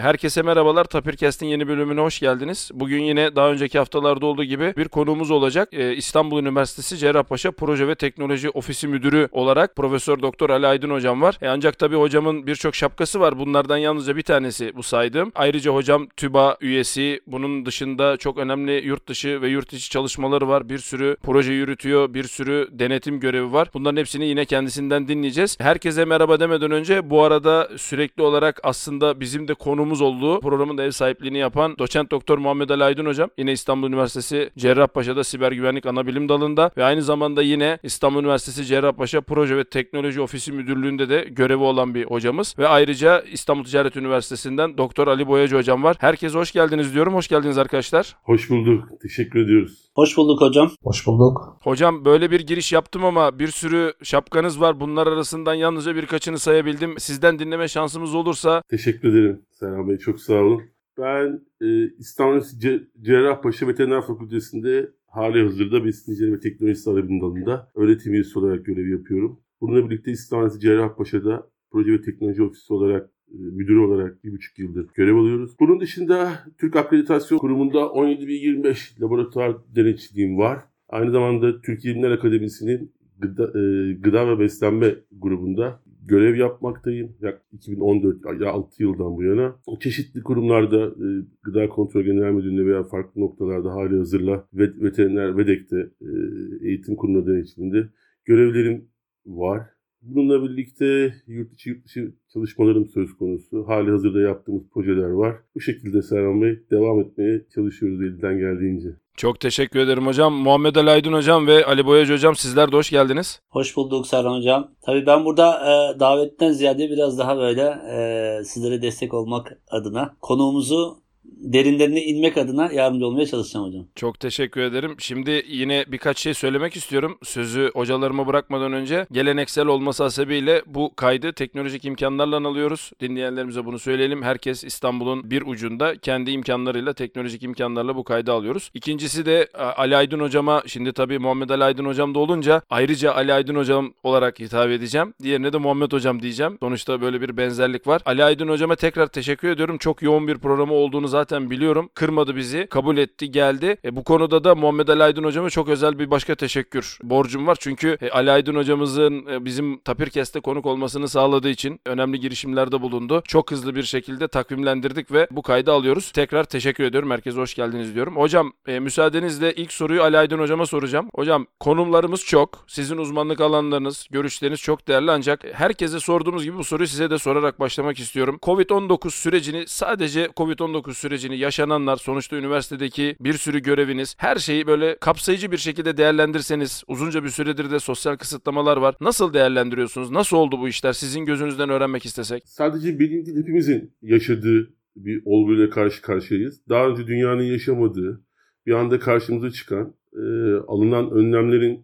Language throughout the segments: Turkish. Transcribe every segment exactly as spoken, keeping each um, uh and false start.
Herkese merhabalar. Tapirkest'in yeni bölümüne hoş geldiniz. Bugün yine daha önceki haftalarda olduğu gibi bir konuğumuz olacak. Ee, İstanbul Üniversitesi Cerrahpaşa Proje ve Teknoloji Ofisi Müdürü olarak Profesör Doktor Ali Aydın hocam var. E, ancak tabii hocamın birçok şapkası var. Bunlardan yalnızca bir tanesi bu saydığım. Ayrıca hocam TÜBA üyesi. Bunun dışında çok önemli yurt dışı ve yurt içi çalışmaları var. Bir sürü proje yürütüyor. Bir sürü denetim görevi var. Bunların hepsini yine kendisinden dinleyeceğiz. Herkese merhaba demeden önce bu arada sürekli olarak aslında bizim de konumuz olduğu programın da ev sahipliğini yapan Doçent Doktor Muhammed Ali Aydın hocam yine İstanbul Üniversitesi Cerrahpaşa'da Siber Güvenlik Anabilim Dalı'nda ve aynı zamanda yine İstanbul Üniversitesi Cerrahpaşa Proje ve Teknoloji Ofisi Müdürlüğü'nde de görevi olan bir hocamız ve ayrıca İstanbul Ticaret Üniversitesi'nden Doktor Ali Boyacı hocam var. Herkese hoş geldiniz diyorum. Hoş geldiniz arkadaşlar. Hoş bulduk. Teşekkür ediyoruz. Hoş bulduk hocam. Hoş bulduk. Hocam böyle bir giriş yaptım ama bir sürü şapkanız var. Bunlar arasından yalnızca birkaçını sayabildim. Sizden dinleme şansımız olursa. Teşekkür ederim Serhan Bey. Çok sağ olun. Ben e, İstanbul C- Cerrahpaşa Veteriner Fakültesi'nde hali hazırda besin inceleme ve teknolojisi anabilim dalında öğretim üyesi olarak görev yapıyorum. Bununla birlikte İstanbul Cerrahpaşa'da Proje ve Teknoloji Ofisi olarak müdürü olarak bir buçuk yıldır görev alıyoruz. Bunun dışında Türk Akreditasyon Kurumu'nda on yedi bin yirmi beş laboratuvar denetçiliğim var. Aynı zamanda Türkiye Bilimler Akademisi'nin gıda, e, gıda ve beslenme grubunda görev yapmaktayım. Yaklaşık iki bin on dört, ya altı yıldan bu yana. Çeşitli kurumlarda e, Gıda Kontrol Genel Müdürlüğü'nde veya farklı noktalarda hali hazırla veteriner VEDEK'te e, eğitim kurulu denetçiliğinde görevlerim var. Bununla birlikte yurt içi yurt dışı çalışmalarım söz konusu. Hali hazırda yaptığımız projeler var. Bu şekilde Serhan Bey devam etmeye çalışıyoruz elinden geldiğince. Çok teşekkür ederim hocam. Muhammed Ali Aydın hocam ve Ali Boyacı hocam sizler de hoş geldiniz. Hoş bulduk Serhan hocam. Tabii ben burada e, davetten ziyade biraz daha böyle e, sizlere destek olmak adına konuğumuzu derinlerine inmek adına yardımcı olmaya çalışacağım hocam. Çok teşekkür ederim. Şimdi yine birkaç şey söylemek istiyorum. Sözü hocalarıma bırakmadan önce geleneksel olması hasebiyle bu kaydı teknolojik imkanlarla alıyoruz. Dinleyenlerimize bunu söyleyelim. Herkes İstanbul'un bir ucunda kendi imkanlarıyla, teknolojik imkanlarla bu kaydı alıyoruz. İkincisi de Ali Aydın hocama, şimdi tabii Muhammed Ali Aydın hocam da olunca ayrıca Ali Aydın hocam olarak hitap edeceğim. Diğerine de Muhammed hocam diyeceğim. Sonuçta böyle bir benzerlik var. Ali Aydın hocama tekrar teşekkür ediyorum. Çok yoğun bir programı olduğunu zaten biliyorum. Kırmadı bizi. Kabul etti, geldi. E, bu konuda da Muhammed Ali Aydın hocama çok özel bir başka teşekkür borcum var. Çünkü e, Ali Aydın hocamızın e, bizim Tapirkest'te konuk olmasını sağladığı için önemli girişimlerde bulundu. Çok hızlı bir şekilde takvimlendirdik ve bu kaydı alıyoruz. Tekrar teşekkür ediyorum. Herkese hoş geldiniz diyorum. Hocam e, müsaadenizle ilk soruyu Ali Aydın hocama soracağım. Hocam konumlarımız çok. Sizin uzmanlık alanlarınız, görüşleriniz çok değerli ancak herkese sorduğumuz gibi bu soruyu size de sorarak başlamak istiyorum. covid on dokuz sürecini sadece covid on dokuz sürecini yaşananlar, sonuçta üniversitedeki bir sürü göreviniz, her şeyi böyle kapsayıcı bir şekilde değerlendirseniz, uzunca bir süredir de sosyal kısıtlamalar var. Nasıl değerlendiriyorsunuz? Nasıl oldu bu işler? Sizin gözünüzden öğrenmek istesek. Sadece benim değil, hepimizin yaşadığı bir olguyla karşı karşıyayız. Daha önce dünyanın yaşamadığı, bir anda karşımıza çıkan, e, alınan önlemlerin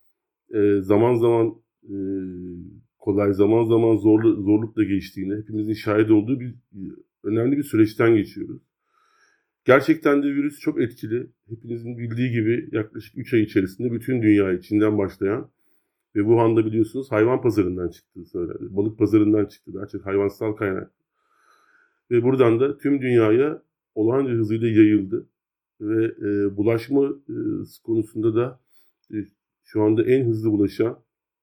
e, zaman zaman e, kolay, zaman zaman zorlu, zorlukla geçtiğini, hepimizin şahit olduğu bir önemli bir süreçten geçiyoruz. Gerçekten de virüs çok etkili. Hepinizin bildiği gibi yaklaşık üç ay içerisinde bütün dünya içinden başlayan ve Wuhan'da biliyorsunuz hayvan pazarından çıktığı söylendi. Balık pazarından çıktı. Daha çok hayvansal kaynak. Ve buradan da tüm dünyaya olağanca hızıyla yayıldı. Ve e, bulaşma e, konusunda da e, şu anda en hızlı bulaşan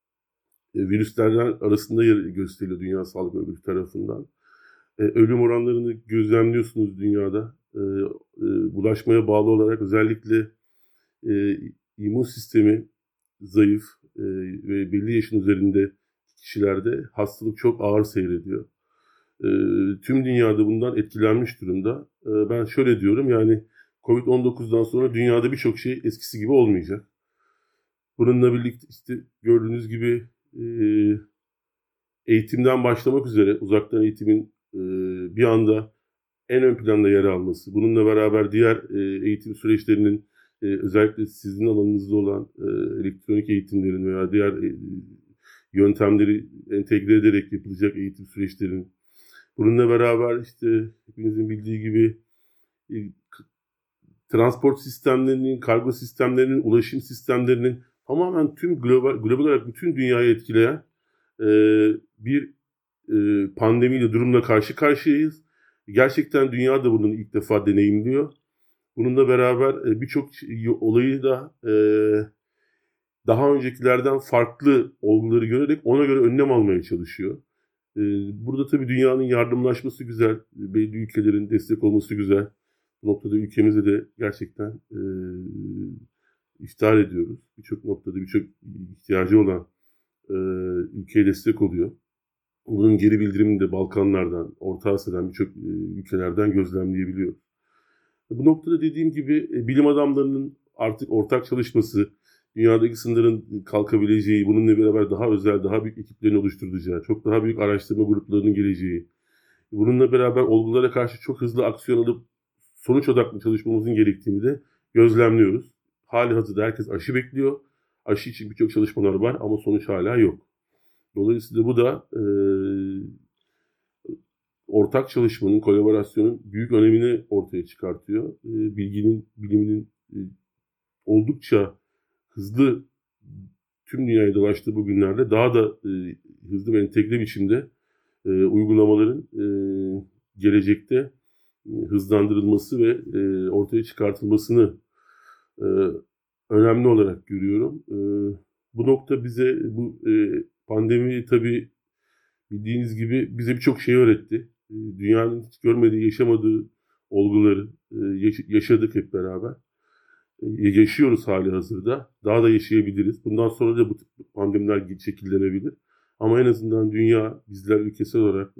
e, virüslerden arasında yer gösteriliyor Dünya Sağlık Örgütü tarafından. E, ölüm oranlarını gözlemliyorsunuz dünyada. E, e, bulaşmaya bağlı olarak özellikle e, immün sistemi zayıf e, ve belli yaşın üzerinde kişilerde hastalık çok ağır seyrediyor. E, tüm dünyada bundan etkilenmiş durumda. E, ben şöyle diyorum, yani covid on dokuzdan sonra dünyada birçok şey eskisi gibi olmayacak. Bununla birlikte işte gördüğünüz gibi e, eğitimden başlamak üzere uzaktan eğitimin e, bir anda en ön planda yer alması, bununla beraber diğer e, eğitim süreçlerinin e, özellikle sizin alanınızda olan e, elektronik eğitimlerin veya diğer e, yöntemleri entegre ederek yapılacak eğitim süreçlerinin, bununla beraber işte hepinizin bildiği gibi e, transport sistemlerinin, kargo sistemlerinin, ulaşım sistemlerinin tamamen tüm global, global olarak bütün dünyayı etkileyen e, bir e, pandemiyle durumla karşı karşıyayız. Gerçekten dünya da bunu ilk defa deneyimliyor. Bununla beraber birçok olayı da daha öncekilerden farklı olguları görerek ona göre önlem almaya çalışıyor. Burada tabii dünyanın yardımlaşması güzel, belli ülkelerin destek olması güzel. Bu noktada ülkemize de gerçekten e, iftihar ediyoruz. Birçok noktada birçok ihtiyacı olan e, ülkeye destek oluyor. Bunun geri bildirimini de Balkanlardan, Orta Asya'dan birçok e, ülkelerden gözlemleyebiliyoruz. Bu noktada dediğim gibi e, bilim adamlarının artık ortak çalışması, dünyadaki sınırların kalkabileceği, bununla beraber daha özel, daha büyük ekiplerin oluşturulacağı, çok daha büyük araştırma gruplarının geleceği, bununla beraber olgulara karşı çok hızlı aksiyon alıp sonuç odaklı çalışmamızın gerektiğini de gözlemliyoruz. Hali hazırda herkes aşı bekliyor. Aşı için birçok çalışmalar var ama sonuç hala yok. Dolayısıyla bu da e, ortak çalışmanın, kolaborasyonun büyük önemini ortaya çıkartıyor. E, bilginin, biliminin e, oldukça hızlı tüm dünyaya dolaştığı bu günlerde daha da e, hızlı ve entegre biçimde e, uygulamaların e, gelecekte e, hızlandırılması ve e, ortaya çıkartılmasını e, önemli olarak görüyorum. E, bu nokta bize bu e, pandemi tabii bildiğiniz gibi bize birçok şey öğretti. E, dünyanın hiç görmediği, yaşamadığı olguları e, yaş- yaşadık hep beraber. Yaşıyoruz hali hazırda. Daha da yaşayabiliriz. Bundan sonra da bu tip pandemiler şekillenebilir. Ama en azından dünya, bizler ülkesel olarak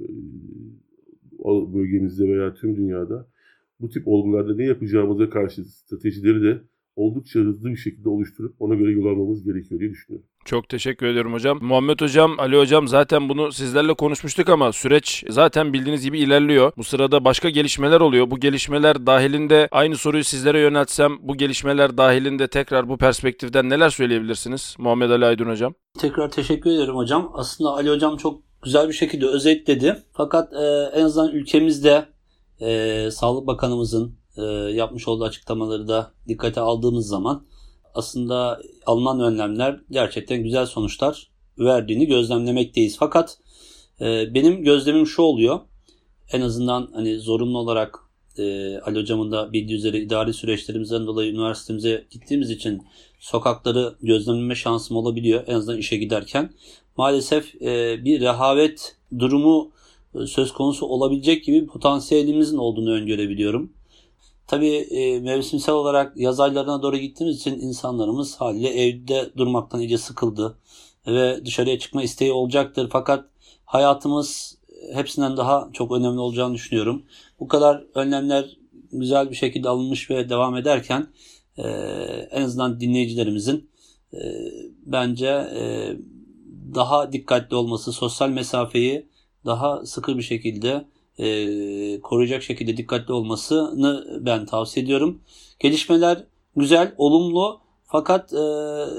bölgemizde veya tüm dünyada bu tip olgularda ne yapacağımıza karşı stratejileri de oldukça hızlı bir şekilde oluşturup ona göre yol almamız gerekiyor diye düşünüyorum. Çok teşekkür ediyorum hocam. Muhammed hocam, Ali hocam zaten bunu sizlerle konuşmuştuk ama süreç zaten bildiğiniz gibi ilerliyor. Bu sırada başka gelişmeler oluyor. Bu gelişmeler dahilinde aynı soruyu sizlere yöneltsem bu gelişmeler dahilinde tekrar bu perspektiften neler söyleyebilirsiniz? Muhammed Ali Aydın hocam. Tekrar teşekkür ederim hocam. Aslında Ali hocam çok güzel bir şekilde özetledi. Fakat e, en azından ülkemizde e, Sağlık Bakanımızın e, yapmış olduğu açıklamaları da dikkate aldığımız zaman aslında alınan önlemler gerçekten güzel sonuçlar verdiğini gözlemlemekteyiz. Fakat e, benim gözlemim şu oluyor. En azından hani zorunlu olarak e, Ali hocamın da bildiği üzere idari süreçlerimizden dolayı üniversitemize gittiğimiz için sokakları gözlemleme şansım olabiliyor. En azından işe giderken. Maalesef e, bir rehavet durumu e, söz konusu olabilecek gibi bir potansiyelimizin olduğunu öngörebiliyorum. Tabii e, mevsimsel olarak yaz aylarına doğru gittiğimiz için insanlarımız haliyle evde durmaktan iyice sıkıldı ve dışarıya çıkma isteği olacaktır. Fakat hayatımız hepsinden daha çok önemli olacağını düşünüyorum. Bu kadar önlemler güzel bir şekilde alınmış ve devam ederken e, en azından dinleyicilerimizin e, bence e, daha dikkatli olması, sosyal mesafeyi daha sıkı bir şekilde E, koruyacak şekilde dikkatli olmasını ben tavsiye ediyorum. Gelişmeler güzel, olumlu fakat e,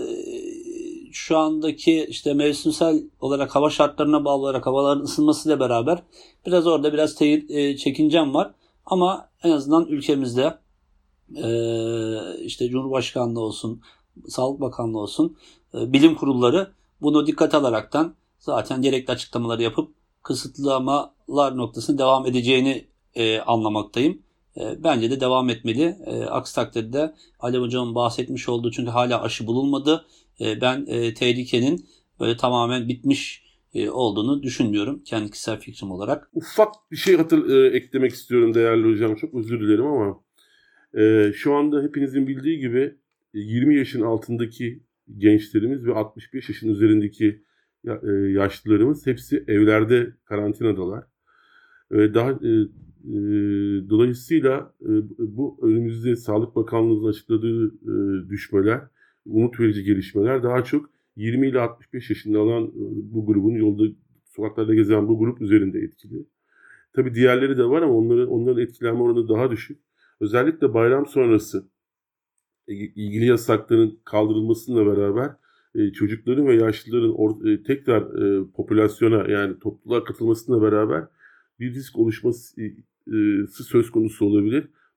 şu andaki işte mevsimsel olarak hava şartlarına bağlı olarak havaların ısınmasıyla beraber biraz orada biraz te- e, çekincem var. Ama en azından ülkemizde e, işte Cumhurbaşkanlığı olsun, Sağlık Bakanlığı olsun, e, bilim kurulları bunu dikkat alaraktan zaten gerekli açıklamaları yapıp kısıtlamalar noktasına devam edeceğini e, anlamaktayım. E, bence de devam etmeli. E, aksi takdirde Ali Hocam'ın bahsetmiş olduğu çünkü hala aşı bulunmadı. E, ben e, tehlikenin böyle tamamen bitmiş e, olduğunu düşünmüyorum. Kendi kişisel fikrim olarak. Ufak bir şey hatır, e, eklemek istiyorum değerli hocam. Çok özür dilerim ama e, şu anda hepinizin bildiği gibi yirmi yaşın altındaki gençlerimiz ve altmış beş yaşın üzerindeki yaşlılarımız hepsi evlerde karantinadalar. Daha e, e, dolayısıyla e, bu önümüzde Sağlık Bakanlığı'nın açıkladığı e, düşmeler, umut verici gelişmeler daha çok yirmi ile altmış beş yaşında olan e, bu grubun yolda sokaklarda gezen bu grup üzerinde etkili. Tabii diğerleri de var ama onların onların etkilenme oranı daha düşük. Özellikle bayram sonrası e, ilgili yasakların kaldırılmasıyla beraber E, çocukların ve yaşlıların or- e, tekrar e, popülasyona yani topluluğa katılmasıyla beraber bir risk oluşması e, söz konusu olabilir.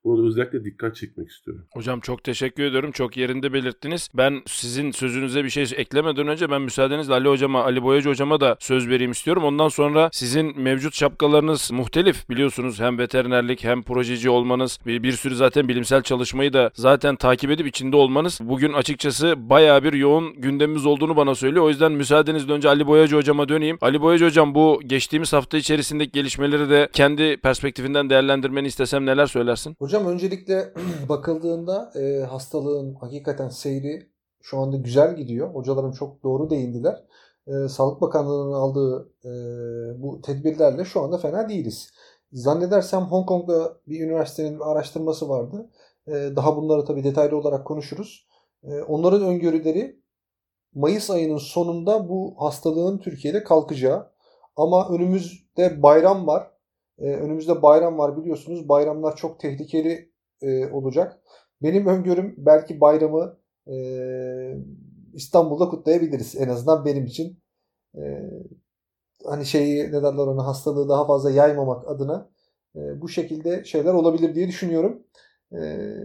Buna da özellikle dikkat çekmek istiyorum. Hocam çok teşekkür ediyorum. Çok yerinde belirttiniz. Ben sizin sözünüze bir şey eklemeden önce ben müsaadenizle Ali Hocama, Ali Boyacı Hocama da söz vereyim istiyorum. Ondan sonra sizin mevcut şapkalarınız muhtelif biliyorsunuz. Hem veterinerlik hem projeci olmanız, bir, bir sürü zaten bilimsel çalışmayı da zaten takip edip içinde olmanız bugün açıkçası bayağı bir yoğun gündemimiz olduğunu bana söylüyor. O yüzden müsaadenizle önce Ali Boyacı Hocama döneyim. Ali Boyacı Hocam, bu geçtiğimiz hafta içerisindeki gelişmeleri de kendi perspektifinden değerlendirmeni istesem neler söylersin? Hocam öncelikle bakıldığında e, hastalığın hakikaten seyri şu anda güzel gidiyor. Hocalarım çok doğru değindiler. E, Sağlık Bakanlığı'nın aldığı e, bu tedbirlerle şu anda fena değiliz. Zannedersem Hong Kong'da bir üniversitenin bir araştırması vardı. E, daha bunları tabii detaylı olarak konuşuruz. E, onların öngörüleri Mayıs ayının sonunda bu hastalığın Türkiye'de kalkacağı. Ama önümüzde bayram var. Ee, önümüzde bayram var biliyorsunuz. Bayramlar çok tehlikeli e, olacak. Benim öngörüm belki bayramı e, İstanbul'da kutlayabiliriz. En azından benim için. E, hani şeyi ne derler ona, hastalığı daha fazla yaymamak adına e, bu şekilde şeyler olabilir diye düşünüyorum. E,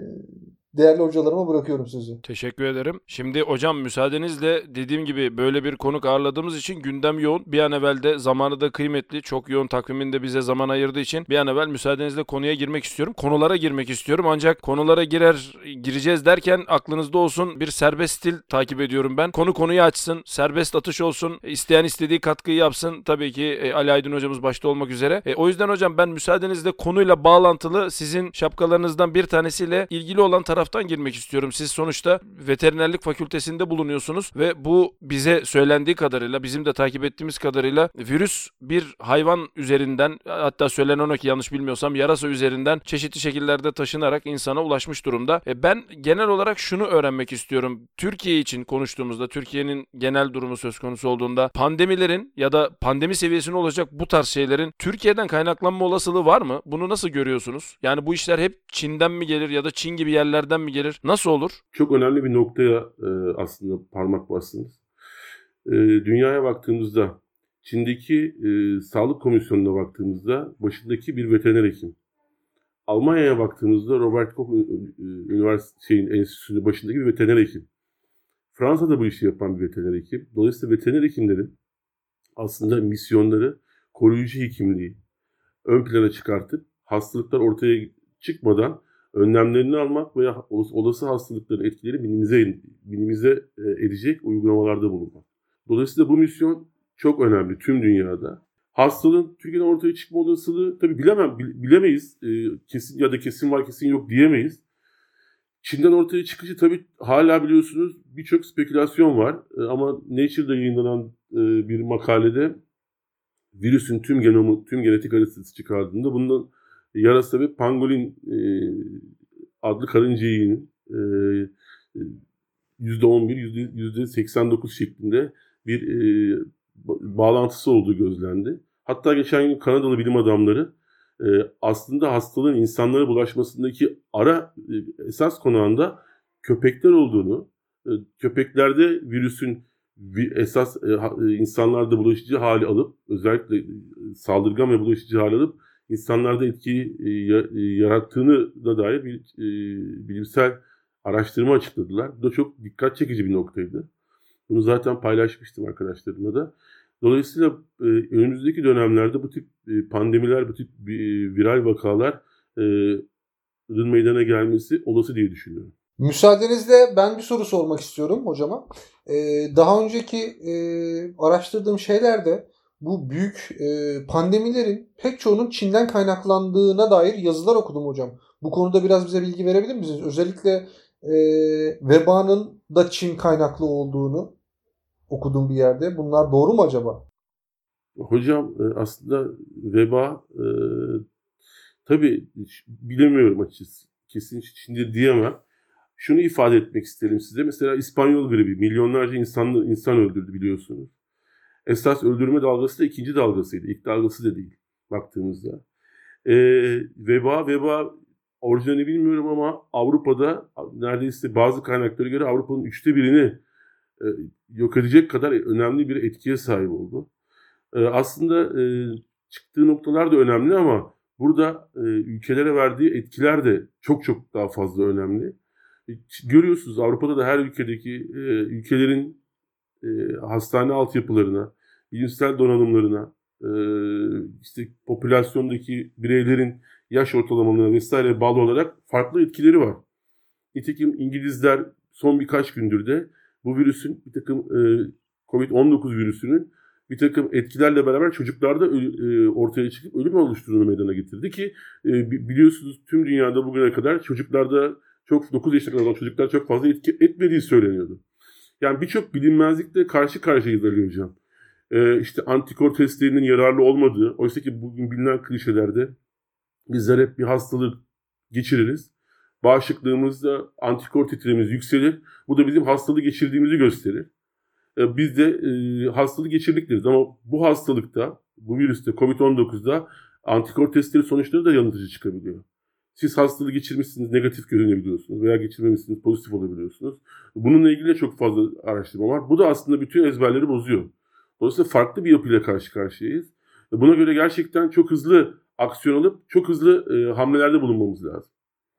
Değerli hocalarıma bırakıyorum sözü. Teşekkür ederim. Şimdi hocam müsaadenizle dediğim gibi böyle bir konuk ağırladığımız için gündem yoğun. Bir an evvel de zamanı da kıymetli. Çok yoğun takviminde bize zaman ayırdığı için bir an evvel müsaadenizle konuya girmek istiyorum. Konulara girmek istiyorum. Ancak konulara girer gireceğiz derken aklınızda olsun, bir serbest stil takip ediyorum ben. Konu konuyu açsın. Serbest atış olsun. İsteyen istediği katkıyı yapsın. Tabii ki e, Ali Aydın hocamız başta olmak üzere. E, o yüzden hocam ben müsaadenizle konuyla bağlantılı sizin şapkalarınızdan bir tanesiyle ilgili olan taraftan girmek istiyorum. Siz sonuçta veterinerlik fakültesinde bulunuyorsunuz ve bu bize söylendiği kadarıyla, bizim de takip ettiğimiz kadarıyla virüs bir hayvan üzerinden, hatta söylenen o ki yanlış bilmiyorsam yarasa üzerinden çeşitli şekillerde taşınarak insana ulaşmış durumda. E ben genel olarak şunu öğrenmek istiyorum. Türkiye için konuştuğumuzda, Türkiye'nin genel durumu söz konusu olduğunda pandemilerin ya da pandemi seviyesinde olacak bu tarz şeylerin Türkiye'den kaynaklanma olasılığı var mı? Bunu nasıl görüyorsunuz? Yani bu işler hep Çin'den mi gelir ya da Çin gibi yerlerden mi gelir? Nasıl olur? Çok önemli bir noktaya e, aslında parmak bastınız. E, dünyaya baktığımızda, Çin'deki e, Sağlık Komisyonu'na baktığımızda başındaki bir veteriner hekim. Almanya'ya baktığımızda Robert Koch Üniversite şeyin enstitüsünün başındaki bir veteriner hekim. Fransa'da bu işi yapan bir veteriner hekim. Dolayısıyla veteriner hekimlerin aslında misyonları koruyucu hekimliği ön plana çıkartıp hastalıklar ortaya çıkmadan önlemlerini almak veya olası hastalıkların etkileri minimize, minimize edecek uygulamalarda bulunmak. Dolayısıyla bu misyon çok önemli tüm dünyada. Hastalığın Türkiye'den ortaya çıkma olasılığı tabii bilemem, bilemeyiz. Kesin ya da kesin var kesin yok diyemeyiz. Çin'den ortaya çıkışı tabii hala biliyorsunuz birçok spekülasyon var. Ama Nature'da yayınlanan bir makalede virüsün tüm genomu, tüm genetik haritası çıkardığında bundan yarasa ve pangolin e, adlı karıncayığının e, yüzde on bir, yüzde seksen dokuz şeklinde bir e, bağlantısı olduğu gözlendi. Hatta geçen gün Kanadalı bilim adamları e, aslında hastalığın insanlara bulaşmasındaki ara e, esas konağında köpekler olduğunu, e, köpeklerde virüsün bir esas e, insanlarda bulaşıcı hali alıp, özellikle e, saldırgan ve bulaşıcı hali alıp insanlarda etki e, yarattığını da dair bir e, bilimsel araştırma açıkladılar. Bu da çok dikkat çekici bir noktaydı. Bunu zaten paylaşmıştım arkadaşlarımla da. Dolayısıyla e, önümüzdeki dönemlerde bu tip e, pandemiler, bu tip e, viral vakalar e, meydana gelmesi olası diye düşünüyorum. Müsaadenizle ben bir soru sormak istiyorum hocama. Ee, daha önceki e, araştırdığım şeylerde bu büyük e, pandemilerin pek çoğunun Çin'den kaynaklandığına dair yazılar okudum hocam. Bu konuda biraz bize bilgi verebilir misiniz? Özellikle e, vebanın da Çin kaynaklı olduğunu okudum bir yerde. Bunlar doğru mu acaba? Hocam aslında veba e, tabii bilemiyorum açıkçası. Kesin şimdi diyemem. Şunu ifade etmek isterim size. Mesela İspanyol gribi milyonlarca insan, insan öldürdü biliyorsunuz. Esas öldürme dalgası da ikinci dalgasıydı. İlk dalgası da değil baktığımızda. Ee, veba, veba orijinalini bilmiyorum ama Avrupa'da neredeyse bazı kaynaklara göre Avrupa'nın üçte birini e, yok edecek kadar önemli bir etkiye sahip oldu. E, aslında e, çıktığı noktalar da önemli ama burada e, ülkelere verdiği etkiler de çok çok daha fazla önemli. E, görüyorsunuz Avrupa'da da her ülkedeki e, ülkelerin e, hastane altyapılarına, bilimsel donanımlarına, e, işte popülasyondaki bireylerin yaş ortalamalarına vesaire bağlı olarak farklı etkileri var. Nitekim İngilizler son birkaç gündür de bu virüsün bir takım e, kovid on dokuz virüsünün bir takım etkilerle beraber çocuklarda e, ortaya çıkıp ölüm oluşturduğunu meydana getirdi ki e, biliyorsunuz tüm dünyada bugüne kadar çocuklarda çok dokuz yaşına kadar olan çocuklar çok fazla etki etmediği söyleniyordu. Yani birçok bilinmezlikle karşı karşıyayız Ali Hocam. E, işte antikor testlerinin yararlı olmadığı, oysa ki bugün bilinen klişelerde bizler hep bir hastalık geçiririz. Bağışıklığımızda antikor titremiz yükselir. Bu da bizim hastalığı geçirdiğimizi gösterir. E, biz de e, hastalığı geçirdik deriz ama bu hastalıkta, bu virüste, kovid on dokuzda antikor testleri sonuçları da yanıltıcı çıkabiliyor. Siz hastalığı geçirmişsiniz, negatif görünebiliyorsunuz veya geçirmemişsiniz, pozitif olabiliyorsunuz. Bununla ilgili de çok fazla araştırma var. Bu da aslında bütün ezberleri bozuyor. Dolayısıyla farklı bir yapıyla karşı karşıyayız. Buna göre gerçekten çok hızlı aksiyon alıp çok hızlı e, hamlelerde bulunmamız lazım.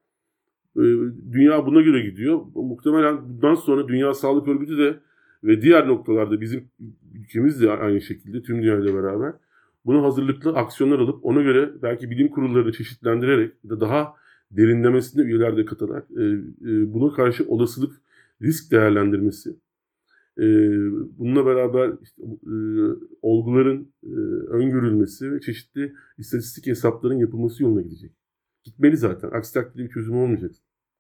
E, dünya buna göre gidiyor. Muhtemelen bundan sonra Dünya Sağlık Örgütü de ve diğer noktalarda bizim ülkemiz de aynı şekilde tüm dünyayla beraber buna hazırlıklı aksiyonlar alıp ona göre belki bilim kurullarını çeşitlendirerek da daha derinlemesine üyeler de katarak e, e, buna karşı olasılık risk değerlendirmesi, e, bununla beraber işte, e, olguların e, öngörülmesi ve çeşitli istatistik hesapların yapılması yoluna gidecek. Gitmeli zaten. Aksi takdirde bir çözüm olmayacak.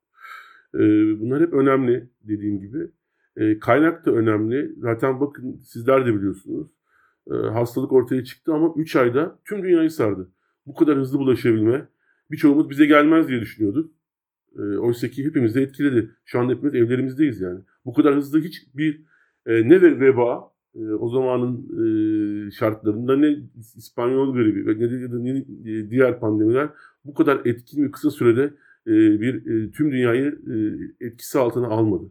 E, bunlar hep önemli dediğim gibi. E, kaynak da önemli. Zaten bakın sizler de biliyorsunuz. E, hastalık ortaya çıktı ama üç ayda tüm dünyayı sardı. Bu kadar hızlı bulaşabilme birçoğumuz bize gelmez diye düşünüyorduk. E, oysa ki hepimiz de etkiledi. Şu anda hepimiz evlerimizdeyiz yani. Bu kadar hızlı hiçbir e, ne veba e, o zamanın e, şartlarında ne İspanyol gribi ve ne de ne, ne, diğer pandemiler bu kadar etkin ve kısa sürede e, bir e, tüm dünyayı e, etkisi altına almadı.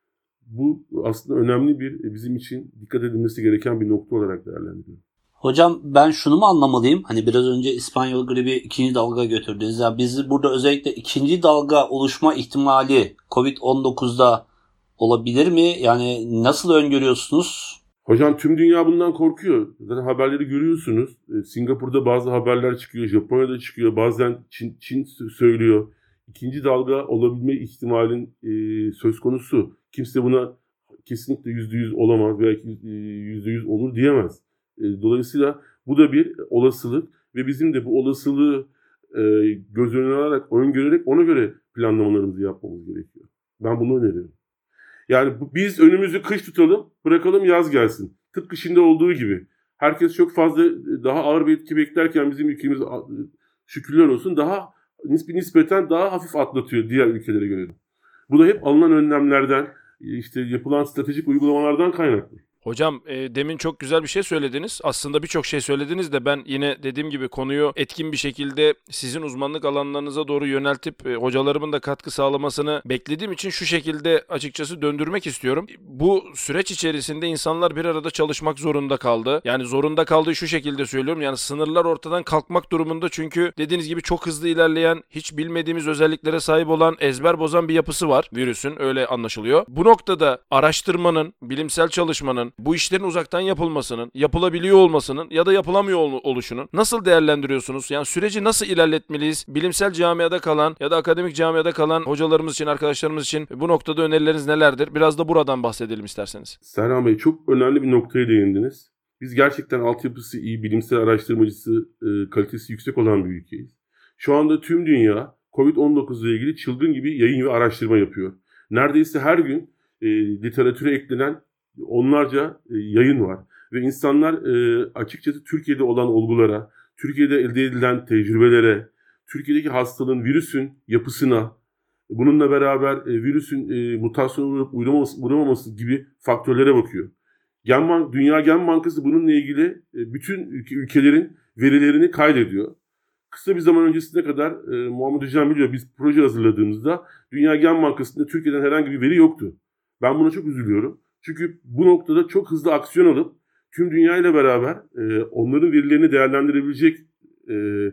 Bu aslında önemli bir bizim için dikkat edilmesi gereken bir nokta olarak değerlendiriyorum. Hocam ben şunu mu anlamalıyım? Hani biraz önce İspanyol gribi ikinci dalga götürdünüz. Yani biz burada özellikle ikinci dalga oluşma ihtimali kovid on dokuzda olabilir mi? Yani nasıl öngörüyorsunuz? Hocam tüm dünya bundan korkuyor. Zaten haberleri görüyorsunuz. Singapur'da bazı haberler çıkıyor, Japonya'da çıkıyor, bazen Çin, Çin söylüyor. İkinci dalga olabilme ihtimalin e, söz konusu. Kimse buna kesinlikle yüzde yüz olamaz, belki yüzde yüz olur diyemez. E, dolayısıyla bu da bir olasılık ve bizim de bu olasılığı e, göz önüne alarak, öngörerek ona göre planlamalarımızı yapmamız gerekiyor. Ben bunu öneriyorum. Yani biz önümüzü kış tutalım, bırakalım yaz gelsin. Tıpkı şimdi olduğu gibi. Herkes çok fazla daha ağır bir etki beklerken bizim ülkemiz şükürler olsun daha nispeten daha hafif atlatıyor diğer ülkelere göre. Bu da hep alınan önlemlerden, işte yapılan stratejik uygulamalardan kaynaklı. Hocam e, demin çok güzel bir şey söylediniz. Aslında birçok şey söylediniz de ben yine dediğim gibi konuyu etkin bir şekilde sizin uzmanlık alanlarınıza doğru yöneltip e, hocalarımın da katkı sağlamasını beklediğim için şu şekilde açıkçası döndürmek istiyorum. Bu süreç içerisinde insanlar bir arada çalışmak zorunda kaldı. Yani zorunda kaldığı şu şekilde söylüyorum. Yani sınırlar ortadan kalkmak durumunda çünkü dediğiniz gibi çok hızlı ilerleyen, hiç bilmediğimiz özelliklere sahip olan, ezber bozan bir yapısı var virüsün. Öyle anlaşılıyor. Bu noktada araştırmanın, bilimsel çalışmanın, bu işlerin uzaktan yapılmasının, yapılabiliyor olmasının ya da yapılamıyor oluşunun nasıl değerlendiriyorsunuz? Yani süreci nasıl ilerletmeliyiz? Bilimsel camiada kalan ya da akademik camiada kalan hocalarımız için, arkadaşlarımız için bu noktada önerileriniz nelerdir? Biraz da buradan bahsedelim isterseniz. Serhan Bey çok önemli bir noktaya değindiniz. Biz gerçekten altyapısı iyi, bilimsel araştırmacısı, e, kalitesi yüksek olan bir ülkeyiz. Şu anda tüm dünya kovid on dokuz ile ilgili çılgın gibi yayın ve araştırma yapıyor. Neredeyse her gün e, literatüre eklenen onlarca e, yayın var. Ve insanlar e, açıkçası Türkiye'de olan olgulara, Türkiye'de elde edilen tecrübelere, Türkiye'deki hastalığın, virüsün yapısına, bununla beraber e, virüsün e, mutasyona uğrayıp uğramaması, uğramaması gibi faktörlere bakıyor. Gen Bank, Dünya Gen Bankası bununla ilgili e, bütün ülke, ülkelerin verilerini kaydediyor. Kısa bir zaman öncesine kadar e, Muhammed Hocam biliyor, biz proje hazırladığımızda Dünya Gen Bankası'nda Türkiye'den herhangi bir veri yoktu. Ben buna çok üzülüyorum. Çünkü bu noktada çok hızlı aksiyon alıp tüm dünya ile beraber e, onların verilerini değerlendirebilecek e,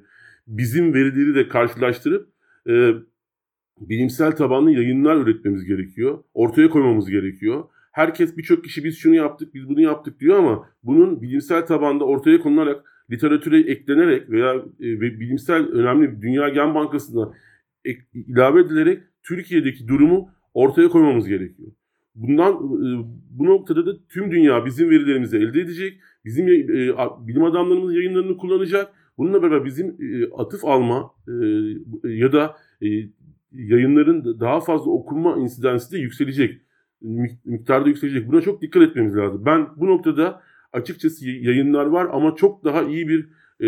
bizim verileri de karşılaştırıp e, bilimsel tabanlı yayınlar üretmemiz gerekiyor. Ortaya koymamız gerekiyor. Herkes, birçok kişi biz şunu yaptık, biz bunu yaptık diyor ama bunun bilimsel tabanda ortaya konularak, literatüre eklenerek veya e, bilimsel önemli Dünya Gen Bankası'na ek, ilave edilerek Türkiye'deki durumu ortaya koymamız gerekiyor. Bundan e, bu noktada da tüm dünya bizim verilerimizi elde edecek, bizim e, bilim adamlarımız yayınlarını kullanacak. Bununla beraber bizim e, atıf alma e, ya da e, yayınların daha fazla okunma insidansı da yükselecek. Miktarda yükselecek. Buna çok dikkat etmemiz lazım. Ben bu noktada açıkçası yayınlar var ama çok daha iyi bir e,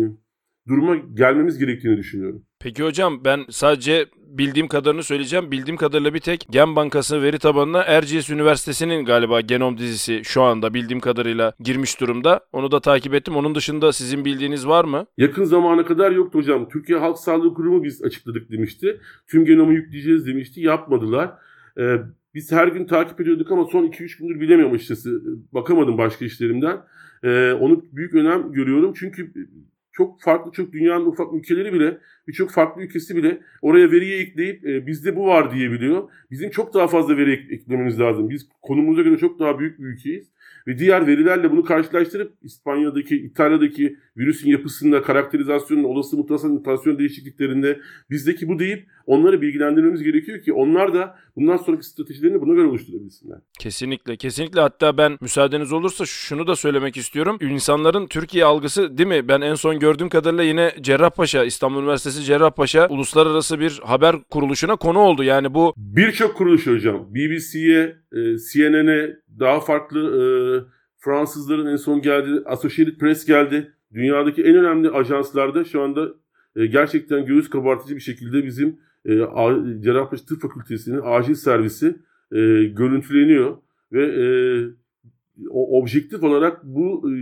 duruma gelmemiz gerektiğini düşünüyorum. Peki hocam, ben sadece bildiğim kadarını söyleyeceğim. Bildiğim kadarıyla bir tek Gen Bankası veri tabanına Erciyes Üniversitesi'nin galiba genom dizisi şu anda bildiğim kadarıyla girmiş durumda. Onu da takip ettim. Onun dışında sizin bildiğiniz var mı? Yakın zamana kadar yoktu hocam. Türkiye Halk Sağlığı Kurumu biz açıkladık demişti. Tüm genomu yükleyeceğiz demişti. Yapmadılar. Ee, biz her gün takip ediyorduk ama son iki üç gündür bilemiyorum açıkçası. Bakamadım başka işlerimden. Ee, onu büyük önem görüyorum. Çünkü çok farklı, çok dünyanın ufak ülkeleri bile, birçok farklı ülkesi bile oraya veriyi ekleyip e, bizde bu var diyebiliyor. Bizim çok daha fazla veri ek- eklememiz lazım. Biz konumuza göre çok daha büyük bir ülkeyiz. Ve diğer verilerle bunu karşılaştırıp İspanya'daki, İtalya'daki virüsün yapısında, karakterizasyonun, olası mutasyon, mutasyon değişikliklerinde bizdeki bu deyip onları bilgilendirmemiz gerekiyor ki onlar da bundan sonraki stratejilerini buna göre oluşturabilsinler. Kesinlikle, kesinlikle. Hatta ben, müsaadeniz olursa, şunu da söylemek istiyorum. İnsanların Türkiye algısı, değil mi? Ben en son gördüğüm kadarıyla yine Cerrahpaşa, İstanbul Üniversitesi Cerrahpaşa uluslararası bir haber kuruluşuna konu oldu. Yani bu birçok kuruluş hocam. B B C'ye, e, C N N'e, daha farklı e, Fransızların en son geldiği Associated Press geldi. Dünyadaki en önemli ajanslarda şu anda e, gerçekten göğüs kabartıcı bir şekilde bizim e, Cerrahpaşa Tıp Fakültesi'nin acil servisi e, görüntüleniyor ve e, o objektif olarak bu e,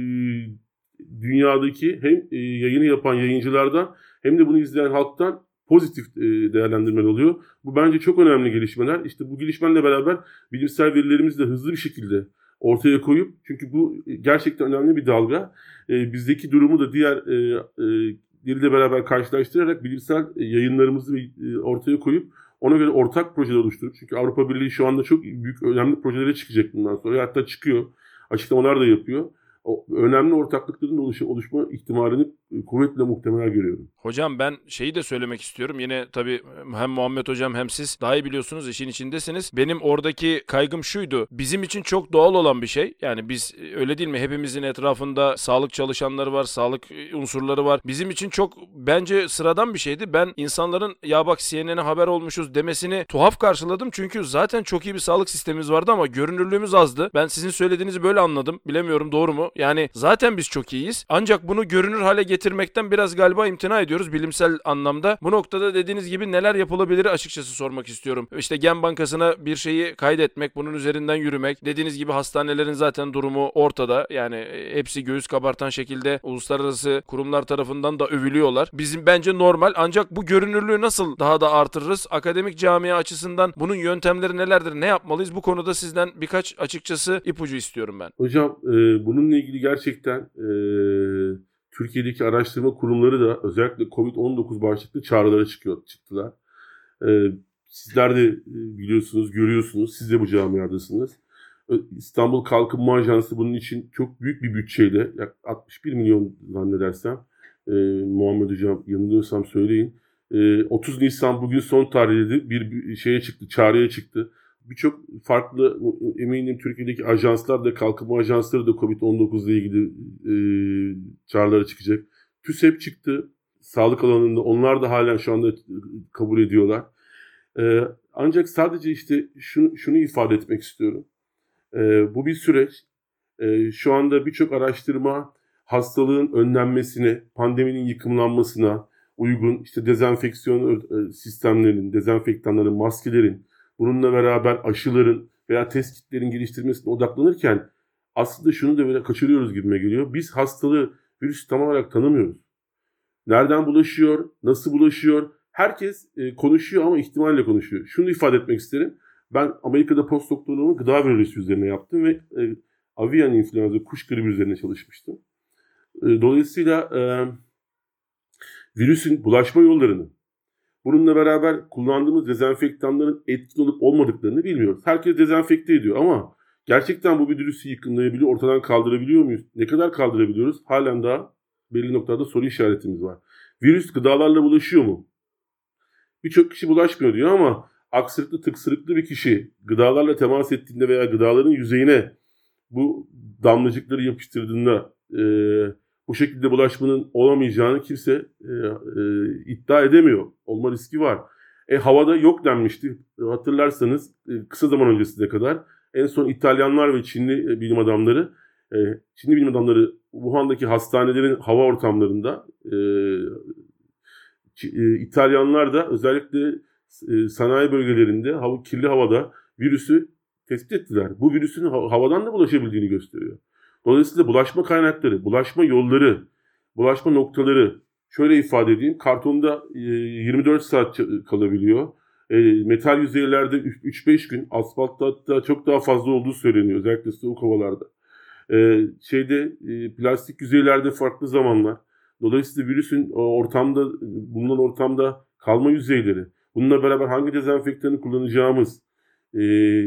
dünyadaki hem e, yayını yapan yayıncılardan hem de bunu izleyen halktan pozitif e, değerlendirmeler oluyor. Bu bence çok önemli gelişmeler. İşte bu gelişmelerle beraber bilimsel verilerimizi de hızlı bir şekilde ortaya koyup, çünkü bu gerçekten önemli bir dalga. E, bizdeki durumu da diğer e, e, diliyle beraber karşılaştırarak bilimsel yayınlarımızı e, ortaya koyup ona göre ortak projeler oluşturup, çünkü Avrupa Birliği şu anda çok büyük önemli projelere çıkacak bundan sonra. Hatta çıkıyor. Açıklamalar da yapıyor. O önemli ortaklıkların oluş- oluşma ihtimalini kuvvetle muhtemel görüyorum. hocam, ben şeyi de söylemek istiyorum. Yine tabii hem Muhammed hocam hem siz daha iyi biliyorsunuz, işin içindesiniz. Benim oradaki kaygım şuydu. Bizim için çok doğal olan bir şey. Yani biz, öyle değil mi? Hepimizin etrafında sağlık çalışanları var, sağlık unsurları var. Bizim için çok bence sıradan bir şeydi. Ben insanların ya bak C N N'e haber olmuşuz demesini tuhaf karşıladım. Çünkü zaten çok iyi bir sağlık sistemimiz vardı ama görünürlüğümüz azdı. Ben sizin söylediğinizi böyle anladım. Bilemiyorum, doğru mu? Yani zaten biz çok iyiyiz. Ancak bunu görünür hale getirmekten biraz galiba imtina ediyoruz bilimsel anlamda. Bu noktada dediğiniz gibi neler yapılabilir açıkçası sormak istiyorum. İşte Gen Bankası'na bir şeyi kaydetmek, bunun üzerinden yürümek. Dediğiniz gibi hastanelerin zaten durumu ortada. Yani hepsi göğüs kabartan şekilde uluslararası kurumlar tarafından da övülüyorlar. Bizim bence normal, ancak bu görünürlüğü nasıl daha da artırırız? Akademik camia açısından bunun yöntemleri nelerdir? Ne yapmalıyız? Bu konuda sizden birkaç açıkçası ipucu istiyorum ben. Hocam e, bununla ilgili gerçekten e, Türkiye'deki araştırma kurumları da özellikle kovid on dokuz başlıklı çağrılara çıkıyor, çıktılar. E, sizler de e, biliyorsunuz, görüyorsunuz. Siz de bu camiadasınız. E, İstanbul Kalkınma Ajansı bunun için çok büyük bir bütçeyle, yak altmış bir milyon zannedersem, e, Muhammed Hocam yanılıyorsam söyleyin. E, otuz Nisan bugün son tarihiydi. Bir, bir şeye çıktı, çağrıya çıktı. Birçok farklı, eminim Türkiye'deki ajanslar da, kalkınma ajansları da kovid on dokuz ile ilgili e, çağrılara çıkacak. TÜSEP çıktı sağlık alanında. Onlar da halen şu anda kabul ediyorlar. E, ancak sadece işte şunu, şunu ifade etmek istiyorum. E, bu bir süreç. E, şu anda birçok araştırma hastalığın önlenmesine, pandeminin yıkımlanmasına uygun işte dezenfeksiyon sistemlerinin, dezenfektanların, maskelerin, bununla beraber aşıların veya test kitlerin geliştirmesine odaklanırken aslında şunu da böyle kaçırıyoruz gibime geliyor. Biz hastalığı, virüsü tam olarak tanımıyoruz. Nereden bulaşıyor, nasıl bulaşıyor? Herkes e, konuşuyor ama ihtimalle konuşuyor. Şunu ifade etmek isterim. Ben Amerika'da postdoktorumu gıda virüsü üzerine yaptım ve e, avian influenza, kuş gribi üzerine çalışmıştım. E, dolayısıyla e, virüsün bulaşma yollarını, bununla beraber kullandığımız dezenfektanların etkili olup olmadıklarını bilmiyoruz. Herkes dezenfekte ediyor ama gerçekten bu bir virüsü yıkımlayabiliyor, ortadan kaldırabiliyor muyuz? Ne kadar kaldırabiliyoruz? Halen daha belli noktada soru işaretimiz var. Virüs gıdalarla bulaşıyor mu? Birçok kişi bulaşmıyor diyor ama aksırıklı tıksırıklı bir kişi gıdalarla temas ettiğinde veya gıdaların yüzeyine bu damlacıkları yapıştırdığında e, bu şekilde bulaşmanın olamayacağını kimse e, e, iddia edemiyor. Olma riski var. E, havada yok denmişti. E, hatırlarsanız e, kısa zaman öncesine kadar en son İtalyanlar ve Çinli e, bilim adamları e, Çinli bilim adamları Wuhan'daki hastanelerin hava ortamlarında e, e, İtalyanlar da özellikle e, sanayi bölgelerinde hava, kirli havada virüsü tespit ettiler. Bu virüsün ha- havadan da bulaşabildiğini gösteriyor. Dolayısıyla bulaşma kaynakları, bulaşma yolları, bulaşma noktaları şöyle ifade edeyim. Kartonda e, yirmi dört saat kalabiliyor. E, metal yüzeylerde üç beş gün, asfaltta hatta çok daha fazla olduğu söyleniyor. Özellikle soğuk havalarda. E, şeyde e, plastik yüzeylerde farklı zamanlar. Dolayısıyla virüsün ortamda bulunan ortamda kalma yüzeyleri, bununla beraber hangi dezenfektanı kullanacağımız, e,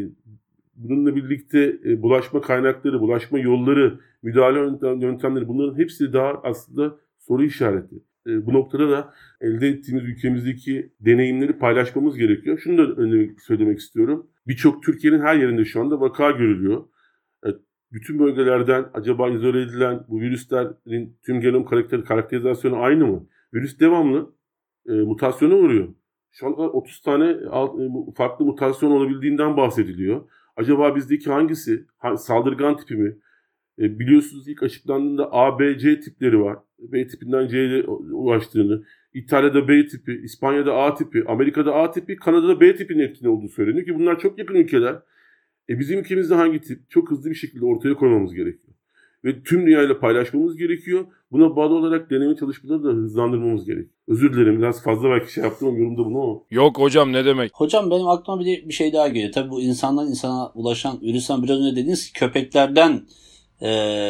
bununla birlikte e, bulaşma kaynakları, bulaşma yolları, müdahale yöntemleri, bunların hepsi daha aslında soru işareti. E, bu noktada da elde ettiğimiz ülkemizdeki deneyimleri paylaşmamız gerekiyor. Şunu da önemli söylemek istiyorum. Birçok Türkiye'nin her yerinde şu anda vaka görülüyor. E, bütün bölgelerden acaba izole edilen bu virüslerin tüm genom karakter, karakterizasyonu aynı mı? Virüs devamlı e, mutasyona uğruyor. Şu anda otuz tane farklı mutasyon olabildiğinden bahsediliyor. Acaba bizdeki hangisi? Saldırgan tipi mi? E, biliyorsunuz ilk açıklandığında A, B, C tipleri var. B tipinden C'ye ulaştığını. İtalya'da B tipi, İspanya'da A tipi, Amerika'da A tipi, Kanada'da B tipinin etkin olduğu söyleniyor ki bunlar çok yakın ülkeler. E, bizim ülkemizde hangi tip? Çok hızlı bir şekilde ortaya koymamız gerekiyor. Ve tüm dünyayla paylaşmamız gerekiyor. Buna bağlı olarak deneme çalışmaları da hızlandırmamız gerekiyor. Özür dilerim biraz fazla belki şey yaptım ama yorumda bunu ama. Yok hocam ne demek? Hocam benim aklıma bir, de bir şey daha geliyor. Tabii bu insandan insana ulaşan virüsten biraz önce dediğiniz köpeklerden e,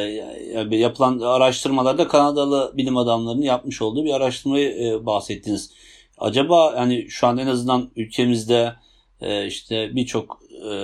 yapılan araştırmalarda Kanadalı bilim adamlarının yapmış olduğu bir araştırmayı e, bahsettiniz. Acaba yani şu an en azından ülkemizde e, işte birçok e,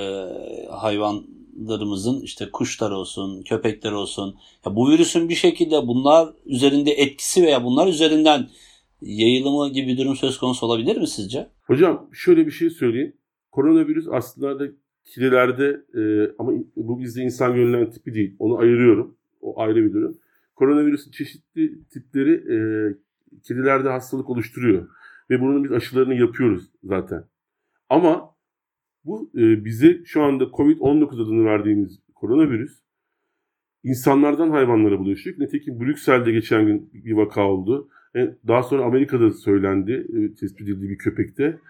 hayvanlarımızın işte kuşlar olsun, köpekler olsun. Ya bu virüsün bir şekilde bunlar üzerinde etkisi veya bunlar üzerinden yayılımı gibi bir durum söz konusu olabilir mi sizce? Hocam şöyle bir şey söyleyeyim. Koronavirüs aslında da kedilerde e, ama bu bizde insan görülen tipi değil. Onu ayırıyorum. O ayrı bir durum. Koronavirüsün çeşitli tipleri e, kedilerde hastalık oluşturuyor. Ve bunun biz aşılarını yapıyoruz zaten. Ama bu e, bize şu anda kovid on dokuz adını verdiğimiz koronavirüs insanlardan hayvanlara bulaşıyor. Nitekim Brüksel'de geçen gün bir vaka oldu. Daha sonra Amerika'da söylendi, tespit edildiği bir köpekte.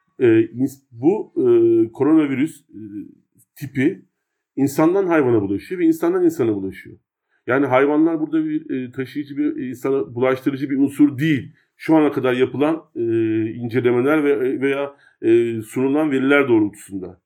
Bu koronavirüs tipi insandan hayvana bulaşıyor ve insandan insana bulaşıyor. Yani hayvanlar burada bir taşıyıcı, bir insana bulaştırıcı bir unsur değil. Şu ana kadar yapılan incelemeler veya sunulan veriler doğrultusunda.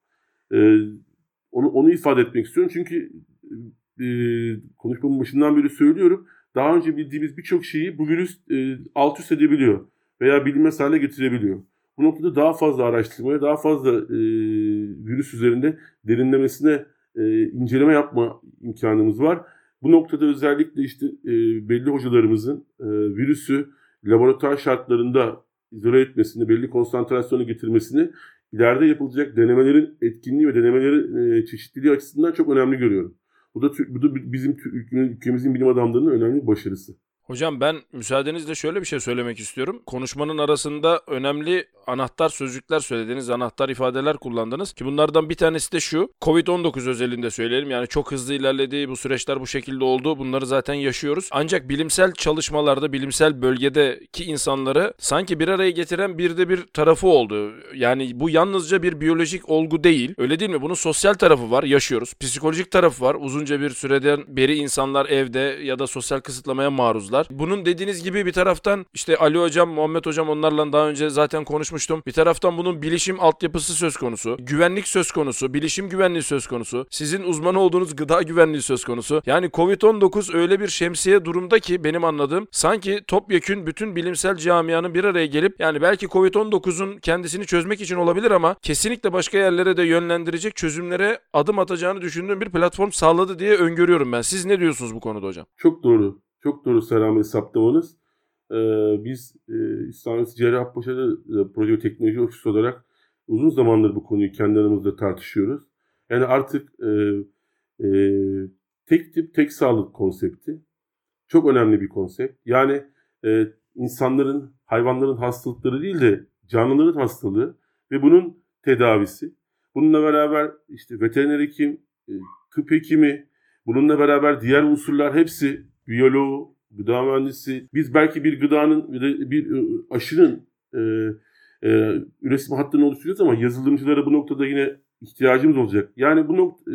Onu, onu ifade etmek istiyorum çünkü konuşmamın başından beri söylüyorum. Daha önce bildiğimiz birçok şeyi bu virüs e, alt üst edebiliyor veya bilinmez hale getirebiliyor. Bu noktada daha fazla araştırmaya, daha fazla e, virüs üzerinde derinlemesine e, inceleme yapma imkanımız var. Bu noktada özellikle işte e, belli hocalarımızın e, virüsü laboratuvar şartlarında izole etmesini, belli konsantrasyona getirmesini ileride yapılacak denemelerin etkinliği ve denemelerin e, çeşitliliği açısından çok önemli görüyorum. Bu da, bu da bizim ülkemizin bilim adamlarının önemli bir başarısı. Hocam ben müsaadenizle şöyle bir şey söylemek istiyorum. Konuşmanın arasında önemli anahtar sözcükler söylediniz, anahtar ifadeler kullandınız. Ki bunlardan bir tanesi de şu, kovid on dokuz özelinde söyleyelim. Yani çok hızlı ilerlediği bu süreçler bu şekilde oldu. Bunları zaten yaşıyoruz. Ancak bilimsel çalışmalarda, bilimsel bölgedeki insanları sanki bir araya getiren bir de bir tarafı oldu. Yani bu yalnızca bir biyolojik olgu değil. Öyle değil mi? Bunun sosyal tarafı var, yaşıyoruz. Psikolojik tarafı var. Uzunca bir süreden beri insanlar evde ya da sosyal kısıtlamaya maruzlar. var. Bunun dediğiniz gibi bir taraftan işte Ali Hocam, Muhammed Hocam onlarla daha önce zaten konuşmuştum. Bir taraftan bunun bilişim altyapısı söz konusu. Güvenlik söz konusu. Bilişim güvenliği söz konusu. Sizin uzmanı olduğunuz gıda güvenliği söz konusu. Yani kovid on dokuz öyle bir şemsiye durumda ki benim anladığım sanki topyekün bütün bilimsel camianın bir araya gelip yani belki kovid on dokuzun kendisini çözmek için olabilir ama kesinlikle başka yerlere de yönlendirecek çözümlere adım atacağını düşündüğüm bir platform sağladı diye öngörüyorum ben. Siz ne diyorsunuz bu konuda hocam? Çok doğru. Çok doğru Selami saptamanız. Ee, biz e, İstanbul Cerrahpaşa'da e, Proje ve Teknoloji Ofisi olarak uzun zamandır bu konuyu kendi aramızda tartışıyoruz. Yani artık e, e, tek tip tek sağlık konsepti çok önemli bir konsept. Yani e, insanların, hayvanların hastalıkları değil de canlıların hastalığı ve bunun tedavisi. Bununla beraber işte veteriner hekim, e, tıp hekimi, bununla beraber diğer unsurlar hepsi biyoloğu, gıda mühendisi. Biz belki bir gıdanın, bir aşının e, e, üretim hattını oluşturuyoruz ama yazılımcılara bu noktada yine ihtiyacımız olacak. Yani bu nokta, e,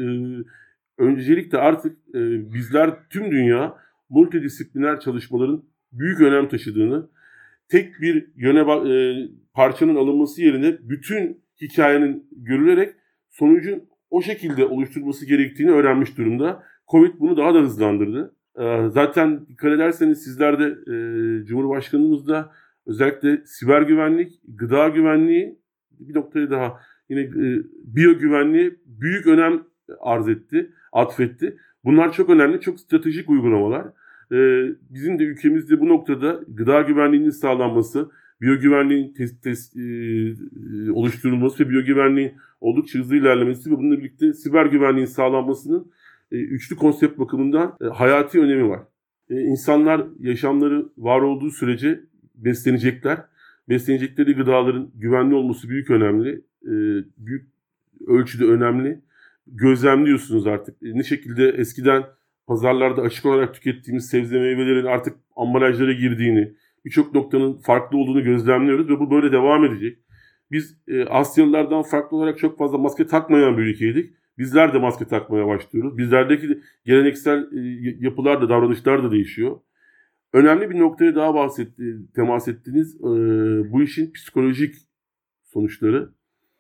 öncelikle artık e, bizler tüm dünya multidisipliner çalışmaların büyük önem taşıdığını, tek bir yöne e, parçanın alınması yerine bütün hikayenin görülerek sonucun o şekilde oluşturulması gerektiğini öğrenmiş durumda. Covid bunu daha da hızlandırdı. E, zaten dikkat ederseniz sizler de e, Cumhurbaşkanımız da özellikle siber güvenlik, gıda güvenliği, bir noktaya daha yine e, biyo güvenliği büyük önem arz etti, atfetti. Bunlar çok önemli, çok stratejik uygulamalar. Ee, bizim de ülkemizde bu noktada gıda güvenliğinin sağlanması, biyogüvenliğin tes, tes, e, oluşturulması ve biyogüvenliğin oldukça hızlı ilerlemesi ve bununla birlikte siber güvenliğin sağlanmasının e, üçlü konsept bakımından e, hayati önemi var. E, insanlar yaşamları var olduğu sürece beslenecekler. Beslenecekleri gıdaların güvenli olması büyük önemli, e, büyük ölçüde önemli. Gözlemliyorsunuz artık. Ne şekilde eskiden pazarlarda açık olarak tükettiğimiz sebze meyvelerin artık ambalajlara girdiğini, birçok noktanın farklı olduğunu gözlemliyoruz ve bu böyle devam edecek. Biz e, Asyalılardan farklı olarak çok fazla maske takmayan bir ülkeydik. Bizler de maske takmaya başlıyoruz. Bizlerdeki geleneksel e, yapılar da, davranışlar da değişiyor. Önemli bir noktaya daha bahsetti, temas ettiniz. E, bu işin psikolojik sonuçları.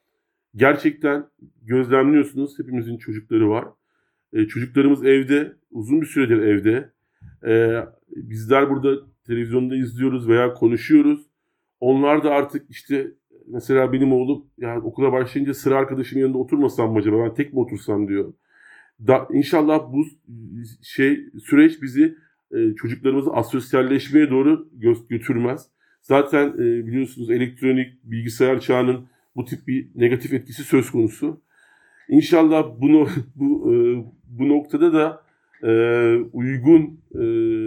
Gerçekten gözlemliyorsunuz. Hepimizin çocukları var. Ee, çocuklarımız evde. Uzun bir süredir evde. Ee, bizler burada televizyonda izliyoruz veya konuşuyoruz. Onlar da artık işte mesela benim oğlum yani okula başlayınca sıra arkadaşımın yanında oturmasam mı acaba? Ben tek mi otursam diyor. Da, İnşallah bu şey süreç bizi e, çocuklarımızı asosyalleşmeye doğru gö- götürmez. Zaten e, biliyorsunuz elektronik bilgisayar çağının bu tip bir negatif etkisi söz konusu. İnşallah bunu bu e, bu noktada da e, uygun e,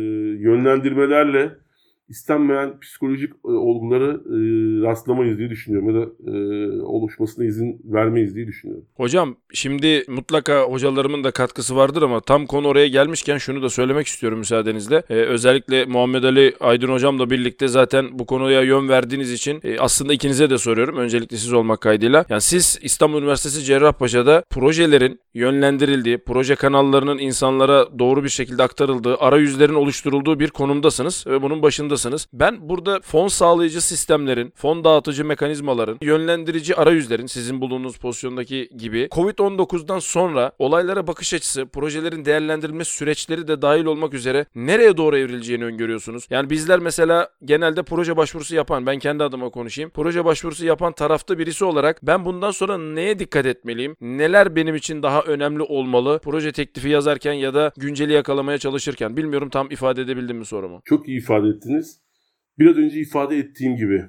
yönlendirmelerle istenmeyen psikolojik e, olgulara e, rastlamayız diye düşünüyorum ya da e, oluşmasına izin vermeyiz diye düşünüyorum. Hocam şimdi mutlaka hocalarımın da katkısı vardır ama tam konu oraya gelmişken şunu da söylemek istiyorum müsaadenizle. Ee, özellikle Muhammed Ali Aydın hocamla birlikte zaten bu konuya yön verdiğiniz için e, aslında ikinize de soruyorum. Öncelikle siz olmak kaydıyla. Yani siz İstanbul Üniversitesi Cerrahpaşa'da projelerin yönlendirildiği, proje kanallarının insanlara doğru bir şekilde aktarıldığı, arayüzlerin oluşturulduğu bir konumdasınız ve bunun başındasınız. Ben burada fon sağlayıcı sistemlerin, fon dağıtıcı mekanizmaların, yönlendirici arayüzlerin sizin bulunduğunuz pozisyondaki gibi kovid on dokuzdan sonra olaylara bakış açısı, projelerin değerlendirilme süreçleri de dahil olmak üzere nereye doğru evrileceğini öngörüyorsunuz? Yani bizler mesela genelde proje başvurusu yapan, ben kendi adıma konuşayım. Proje başvurusu yapan tarafta birisi olarak ben bundan sonra neye dikkat etmeliyim? Neler benim için daha önemli olmalı? Proje teklifi yazarken ya da günceli yakalamaya çalışırken. Bilmiyorum tam ifade edebildim mi sorumu? Çok iyi ifade ettiniz. Biraz önce ifade ettiğim gibi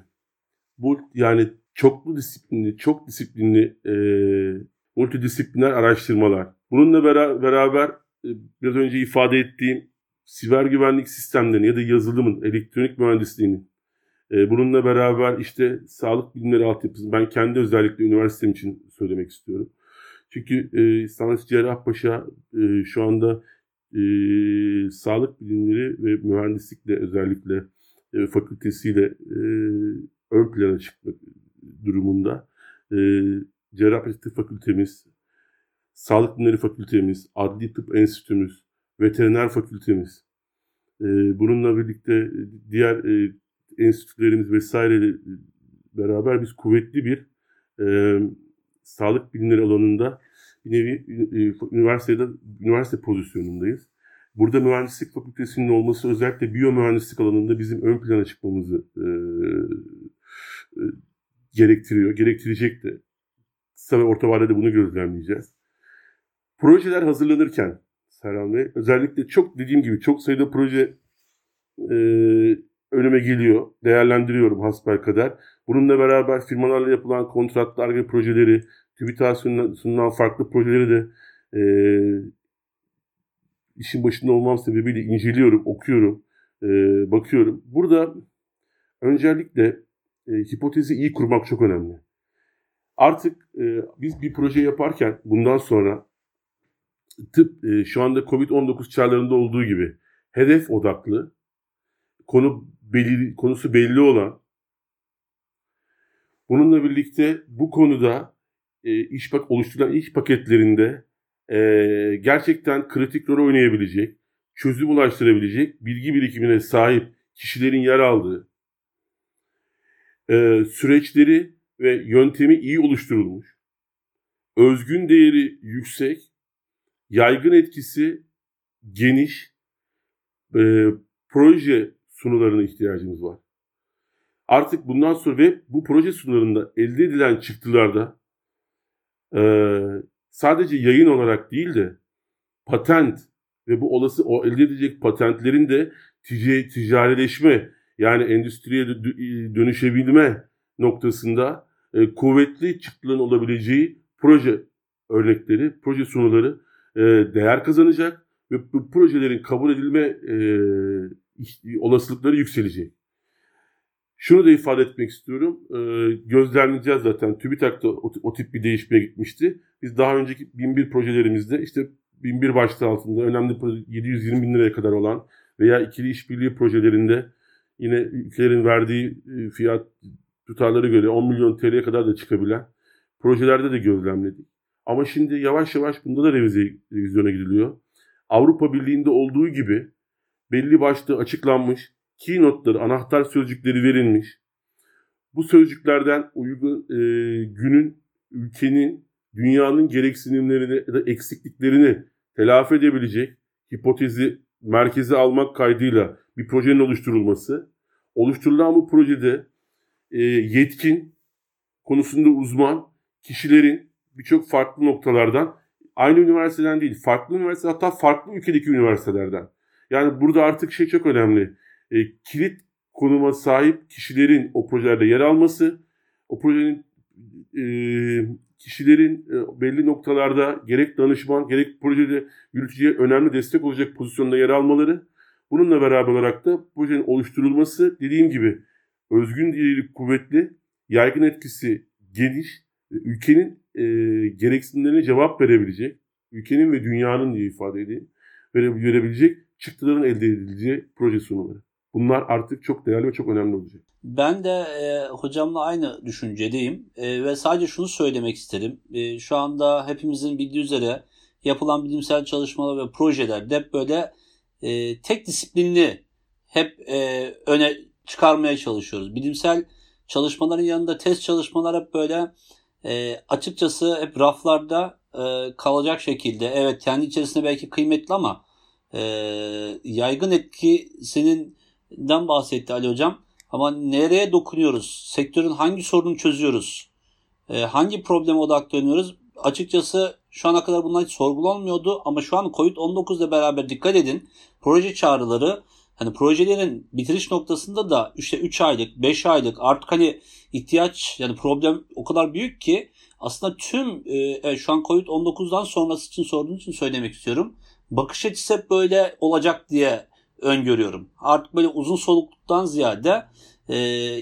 bu yani çoklu disiplinli, çok disiplinli e, multidisipliner araştırmalar. Bununla bera- beraber e, biraz önce ifade ettiğim siber güvenlik sistemlerinin ya da yazılımın, elektronik mühendisliğinin e, bununla beraber işte sağlık bilimleri altyapısı. Ben kendi özellikle üniversitem için söylemek istiyorum. Çünkü e, İstanbul Cerrahpaşa e, şu anda e, sağlık bilimleri ve mühendislikle özellikle e, fakültesiyle e, ön plana çıkmak durumunda. E, Cerrahpaşa Tıp Fakültemiz, Sağlık Bilimleri Fakültemiz, Adli Tıp Enstitümüz, Veteriner Fakültemiz, E, bununla birlikte diğer e, enstitülerimiz vesaireyle beraber biz kuvvetli bir e, sağlık bilimleri alanında bir nevi e, üniversitede üniversite pozisyonundayız. Burada mühendislik fakültesinin olması özellikle biyomühendislik alanında bizim ön plana çıkmamızı e, e, gerektiriyor, gerektirecek de. Kısa ve orta vadede bunu gözlemleyeceğiz. Projeler hazırlanırken Serhan Bey, özellikle çok dediğim gibi çok sayıda proje e, önüme geliyor. Değerlendiriyorum hasbelkader. Bununla beraber firmalarla yapılan kontratlar ve projeleri, TÜBİTAK'a sunulan farklı projeleri de e, işin başında olmam sebebiyle inceliyorum, okuyorum, e, bakıyorum. Burada öncelikle e, hipotezi iyi kurmak çok önemli. Artık e, biz bir proje yaparken bundan sonra tıp e, şu anda kovid on dokuz çağlarında olduğu gibi hedef odaklı, konu belli, konusu belli olan, bununla birlikte bu konuda e, iş pak oluşturulan iş paketlerinde e, gerçekten kritik rol oynayabilecek, çözüm ulaştırabilecek bilgi birikimine sahip kişilerin yer aldığı, e, süreçleri ve yöntemi iyi oluşturulmuş, özgün değeri yüksek, yaygın etkisi geniş e, proje sunularına ihtiyacımız var. Artık bundan sonra ve bu proje sunularında elde edilen çıktılarda e, sadece yayın olarak değil de patent ve bu olası o elde edecek patentlerin de tic- ticarileşme yani endüstriye dönüşebilme noktasında e, kuvvetli çıktıların olabileceği proje örnekleri, proje sunuları e, değer kazanacak ve bu projelerin kabul edilme e, olasılıkları yükselecek. Şunu da ifade etmek istiyorum. E, gözlemleyeceğiz zaten. TÜBİTAK'ta o, o tip bir değişmeye gitmişti. Biz daha önceki bin bir projelerimizde işte bin bir başlığı altında önemli proje, yedi yüz yirmi bin liraya kadar olan veya ikili işbirliği projelerinde yine ülkelerin verdiği fiyat tutarları göre on milyon T L'ye kadar da çıkabilen projelerde de gözlemledik. Ama şimdi yavaş yavaş bunda da revize, revizyona gidiliyor. Avrupa Birliği'nde olduğu gibi belli başlı açıklanmış, keynotları, anahtar sözcükleri verilmiş. Bu sözcüklerden uygun e, günün, ülkenin, dünyanın gereksinimlerini ya da eksikliklerini telafi edebilecek hipotezi merkeze almak kaydıyla bir projenin oluşturulması. Oluşturulan bu projede e, yetkin, konusunda uzman kişilerin birçok farklı noktalardan, aynı üniversiteden değil, farklı üniversite, hatta farklı ülkedeki üniversitelerden. Yani burada artık şey çok önemli. E, kilit konuma sahip kişilerin o projelerde yer alması, o projenin e, kişilerin e, belli noktalarda gerek danışman, gerek projede yürütücüye önemli destek olacak pozisyonda yer almaları, bununla beraber olarak da projenin oluşturulması, dediğim gibi özgün değeri kuvvetli, yaygın etkisi geniş, ülkenin e, gereksinimlerine cevap verebilecek, ülkenin ve dünyanın diye ifade edeyim, vere, verebilecek çıktıların elde edileceği proje sunuları. Bunlar artık çok değerli ve çok önemli olacak. Ben de e, hocamla aynı düşüncedeyim e, ve sadece şunu söylemek isterim. E, şu anda hepimizin bildiği üzere yapılan bilimsel çalışmalar ve projelerde hep böyle e, tek disiplinli hep e, öne çıkarmaya çalışıyoruz. Bilimsel çalışmaların yanında test çalışmalar hep böyle e, açıkçası hep raflarda e, kalacak şekilde. Evet, kendi içerisinde belki kıymetli ama e, yaygın etkisinin den bahsetti Ali Hocam. Ama nereye dokunuyoruz? Sektörün hangi sorununu çözüyoruz? E, hangi probleme odaklanıyoruz? Açıkçası şu ana kadar bunlar hiç sorgulanmıyordu. Ama şu an kovid on dokuz ile beraber dikkat edin. Proje çağrıları, hani projelerin bitiriş noktasında da işte üç aylık, beş aylık artık hani ihtiyaç, yani problem o kadar büyük ki aslında tüm e, şu an kovid on dokuzdan sonrası için sorduğunuz için söylemek istiyorum. Bakış açısı hep böyle olacak diye öngörüyorum. Artık böyle uzun solukluktan ziyade e,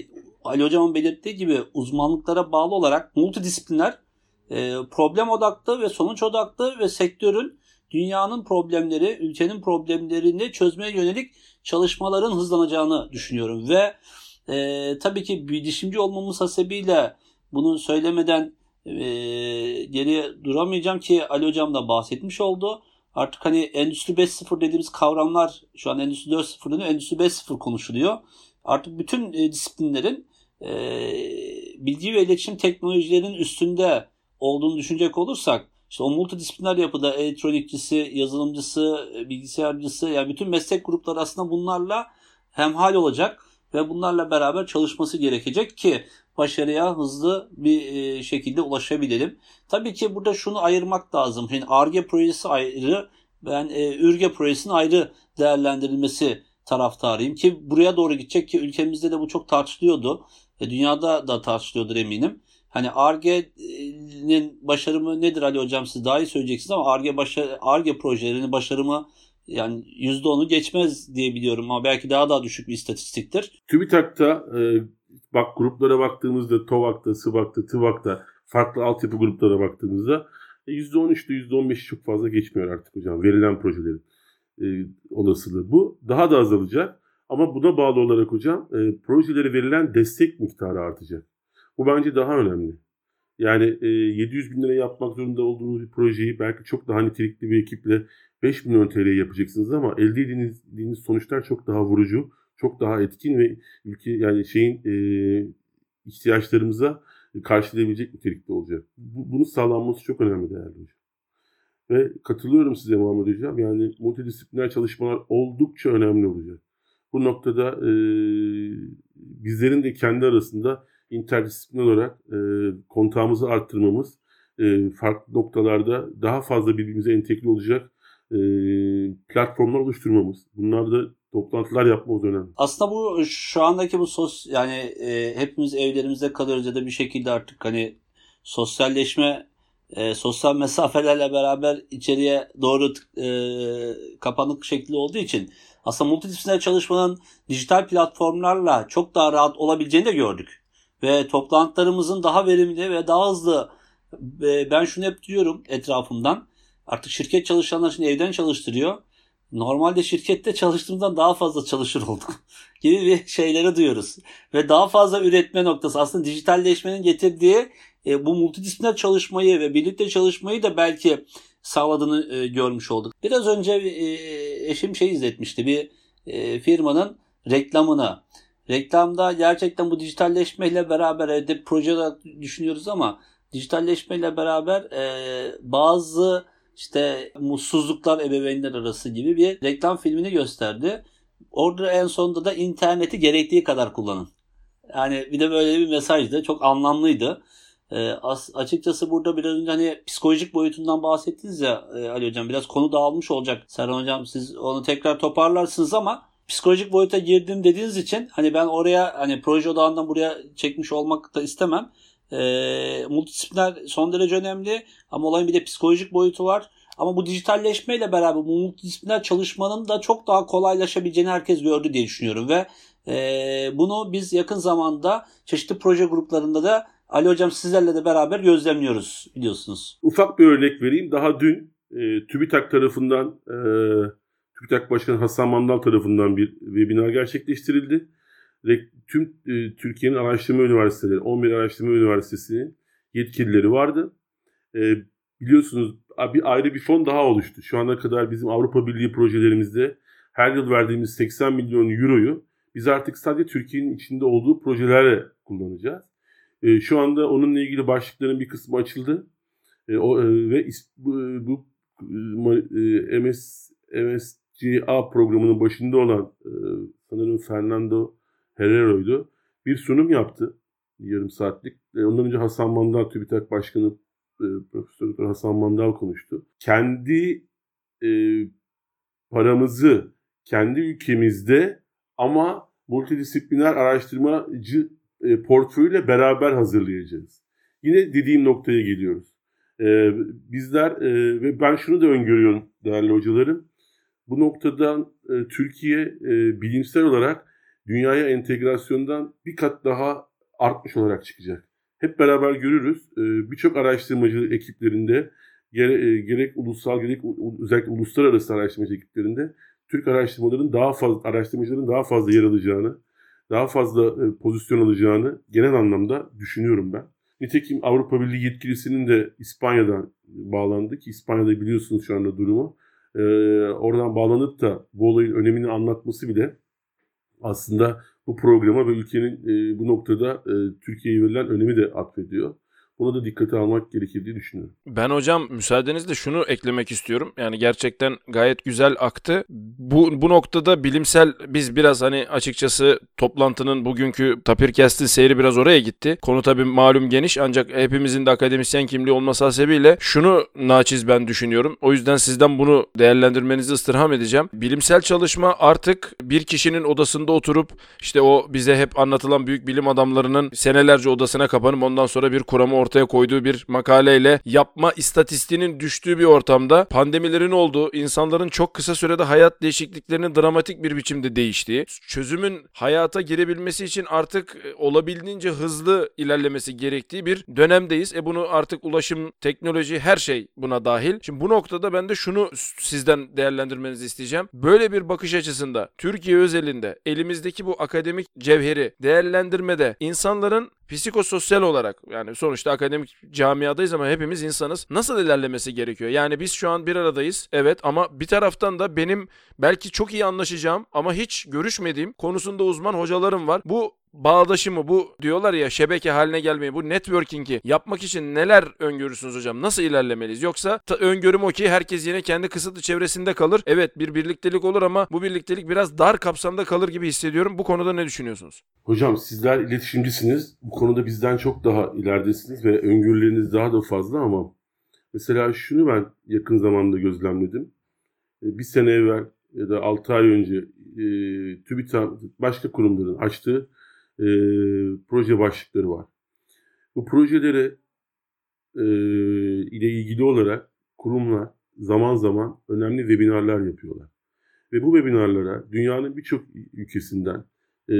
Ali Hocam'ın belirttiği gibi uzmanlıklara bağlı olarak multidisipliner, e, problem odaklı ve sonuç odaklı ve sektörün, dünyanın problemleri, ülkenin problemlerini çözmeye yönelik çalışmaların hızlanacağını düşünüyorum. Ve e, tabii ki bilişimci olmamız hasebiyle bunu söylemeden e, geriye duramayacağım ki Ali Hocam da bahsetmiş oldu. artık hani Endüstri beş nokta sıfır dediğimiz kavramlar şu an Endüstri dört nokta sıfır deniyor, Endüstri beş nokta sıfır konuşuluyor. Artık bütün e, disiplinlerin e, bilgi ve iletişim teknolojilerinin üstünde olduğunu düşünecek olursak, işte o multidisipliner yapıda elektronikçisi, yazılımcısı, bilgisayarcısı, yani bütün meslek grupları aslında bunlarla hemhal olacak ve bunlarla beraber çalışması gerekecek ki başarıya hızlı bir şekilde ulaşabilelim. Tabii ki burada şunu ayırmak lazım. Yani Ar-Ge projesi ayrı, ben e, Ür-Ge projesinin ayrı değerlendirilmesi taraftarıyım ki buraya doğru gidecek ki ülkemizde de bu çok tartışılıyordu. E, dünyada da tartışılıyordur eminim. Hani Ar-Ge'nin başarımı nedir Ali Hocam, siz daha iyi söyleyeceksiniz ama Ar-Ge, başarı, Ar-Ge projelerinin başarımı yani yüzde onu geçmez diye biliyorum ama belki daha daha düşük bir istatistiktir. TÜBİTAK'ta e, bak gruplara baktığımızda TOVAK'ta, SİVAK'ta, TİVAK'ta farklı altyapı gruplara baktığımızda e, yüzde on üçte yüzde on beşi çok fazla geçmiyor artık hocam verilen projelerin e, olasılığı. Bu daha da azalacak ama buna bağlı olarak hocam e, projelere verilen destek miktarı artacak. Bu bence daha önemli. Yani e, yedi yüz bin lira yapmak zorunda olduğunuz bir projeyi belki çok daha nitelikli bir ekiple beş milyon T L'ye yapacaksınız ama elde eddiğiniz sonuçlar çok daha vurucu, çok daha etkin ve ülke yani şeyin e, ihtiyaçlarımıza karşılayabilecek nitelikte olacak. Bu, bunun sağlanması çok önemli değerli hocam. Ve katılıyorum size Muhammed Hocam. Yani multidisipliner çalışmalar oldukça önemli olacak. Bu noktada e, bizlerin de kendi arasında interdisipliner olarak e, kontağımızı arttırmamız, e, farklı noktalarda daha fazla birbirimize entegre olacak e, platformlar oluşturmamız. Bunlar da toplantılar yapmamız önemli. Aslında bu şu andaki bu sos yani e, hepimiz evlerimizde kalıyoruz ya da bir şekilde artık hani sosyalleşme e, sosyal mesafelerle beraber içeriye doğru e, kapanık şekli olduğu için aslında multidisipliner çalışmanın dijital platformlarla çok daha rahat olabileceğini de gördük. Ve toplantılarımızın daha verimli ve daha hızlı, e, ben şunu hep diyorum etrafımdan, artık şirket çalışanlar şimdi evden çalıştırıyor. Normalde şirkette çalıştığımızdan daha fazla çalışır olduk gibi bir şeyleri duyuyoruz. Ve daha fazla üretme noktası aslında dijitalleşmenin getirdiği e, bu multidisipliner çalışmayı ve birlikte çalışmayı da belki sağladığını e, görmüş olduk. Biraz önce e, eşim şey izletmişti, bir e, firmanın reklamını. Reklamda gerçekten bu dijitalleşmeyle beraber evde projeler düşünüyoruz ama dijitalleşmeyle beraber e, bazı işte mutsuzluklar ebeveynler arası gibi bir reklam filmini gösterdi. Orada en sonunda da interneti gerektiği kadar kullanın. Yani bir de böyle bir mesajdı. Çok anlamlıydı. E, as, açıkçası burada biraz önce hani psikolojik boyutundan bahsettiniz ya e, Ali Hocam. Biraz konu dağılmış olacak. Serhan Hocam siz onu tekrar toparlarsınız ama psikolojik boyuta girdim dediğiniz için hani ben oraya hani proje odağından buraya çekmiş olmak da istemem. E, multidisipliner son derece önemli ama olayın bir de psikolojik boyutu var. Ama bu dijitalleşmeyle beraber bu multidisipliner çalışmanın da çok daha kolaylaşabileceğini herkes gördü diye düşünüyorum ve e, bunu biz yakın zamanda çeşitli proje gruplarında da Ali Hocam sizlerle de beraber gözlemliyoruz biliyorsunuz. Ufak bir örnek vereyim. Daha dün e, TÜBİTAK tarafından e, TÜBİTAK Başkanı Hasan Mandal tarafından bir webinar gerçekleştirildi. Tüm e, Türkiye'nin araştırma üniversiteleri, on bir araştırma üniversitesinin yetkilileri vardı. E, biliyorsunuz bir ayrı bir fon daha oluştu. Şu ana kadar bizim Avrupa Birliği projelerimizde her yıl verdiğimiz seksen milyon euroyu biz artık sadece Türkiye'nin içinde olduğu projelerle kullanacağız. E, şu anda onunla ilgili başlıkların bir kısmı açıldı. E, o, e, ve bu, bu e, M S, M S G A programının başında olan e, sanırım Fernando Herrero'ydu. Bir sunum yaptı. Yarım saatlik. E, ondan önce Hasan Mandal, TÜBİTAK Başkanı e, Profesör Doktor Hasan Mandal konuştu. Kendi e, paramızı kendi ülkemizde ama multidisipliner araştırmacı e, portföyüyle beraber hazırlayacağız. Yine dediğim noktaya geliyoruz. E, bizler e, ve ben şunu da öngörüyorum değerli hocalarım. Bu noktadan e, Türkiye e, bilimsel olarak dünyaya entegrasyondan bir kat daha artmış olarak çıkacak. Hep beraber görürüz. E, birçok araştırmacı ekiplerinde gere, e, gerek ulusal gerek özellikle uluslararası araştırmacı ekiplerinde Türk araştırmaların daha fazla araştırmacıların daha fazla yer alacağını, daha fazla e, pozisyon alacağını genel anlamda düşünüyorum ben. Nitekim Avrupa Birliği yetkilisinin de İspanya'dan bağlandı ki İspanya'da biliyorsunuz şu anda durumu. e, oradan bağlanıp da bu olayın önemini anlatması bile aslında bu programa ve ülkenin e, bu noktada e, Türkiye'ye verilen önemi de atfediyor. Buna da dikkate almak gerekir diye düşünüyorum. Ben hocam müsaadenizle şunu eklemek istiyorum. Yani gerçekten gayet güzel aktı. Bu, bu noktada bilimsel biz biraz hani açıkçası toplantının bugünkü Tapirkest'in seyri biraz oraya gitti. Konu tabii malum geniş ancak hepimizin de akademisyen kimliği olması hasebiyle şunu naçiz ben düşünüyorum. O yüzden sizden bunu değerlendirmenizi istirham edeceğim. Bilimsel çalışma artık bir kişinin odasında oturup işte o bize hep anlatılan büyük bilim adamlarının senelerce odasına kapanıp ondan sonra bir kuramı ortaya ortaya koyduğu bir makaleyle yapma istatistiğinin düştüğü bir ortamda pandemilerin olduğu, insanların çok kısa sürede hayat değişikliklerinin dramatik bir biçimde değiştiği, çözümün hayata girebilmesi için artık olabildiğince hızlı ilerlemesi gerektiği bir dönemdeyiz. E bunu artık ulaşım, teknoloji, her şey buna dahil. Şimdi bu noktada ben de şunu sizden değerlendirmenizi isteyeceğim. Böyle bir bakış açısında Türkiye özelinde elimizdeki bu akademik cevheri değerlendirmede insanların psikososyal olarak yani sonuçta akademik camiadayız ama hepimiz insanız. Nasıl ilerlemesi gerekiyor? Yani biz şu an bir aradayız. Evet ama bir taraftan da benim belki çok iyi anlaşacağım ama hiç görüşmediğim konusunda uzman hocalarım var. Bu bağdaşımı bu diyorlar ya şebeke haline gelmeyi bu networking'i yapmak için neler öngörürsünüz hocam? Nasıl ilerlemeliyiz? Yoksa ta, öngörüm o ki herkes yine kendi kısıtlı çevresinde kalır. Evet bir birliktelik olur ama bu birliktelik biraz dar kapsamda kalır gibi hissediyorum. Bu konuda ne düşünüyorsunuz? Hocam sizler iletişimcisiniz. Bu konuda bizden çok daha ileridesiniz ve öngörüleriniz daha da fazla ama mesela şunu ben yakın zamanda gözlemledim. Bir sene evvel ya da altı ay önce e, TÜBİTAK başka kurumların açtığı e, proje başlıkları var. Bu projelere e, ile ilgili olarak kurumlar zaman zaman önemli webinarlar yapıyorlar. Ve bu webinarlara dünyanın birçok ülkesinden e,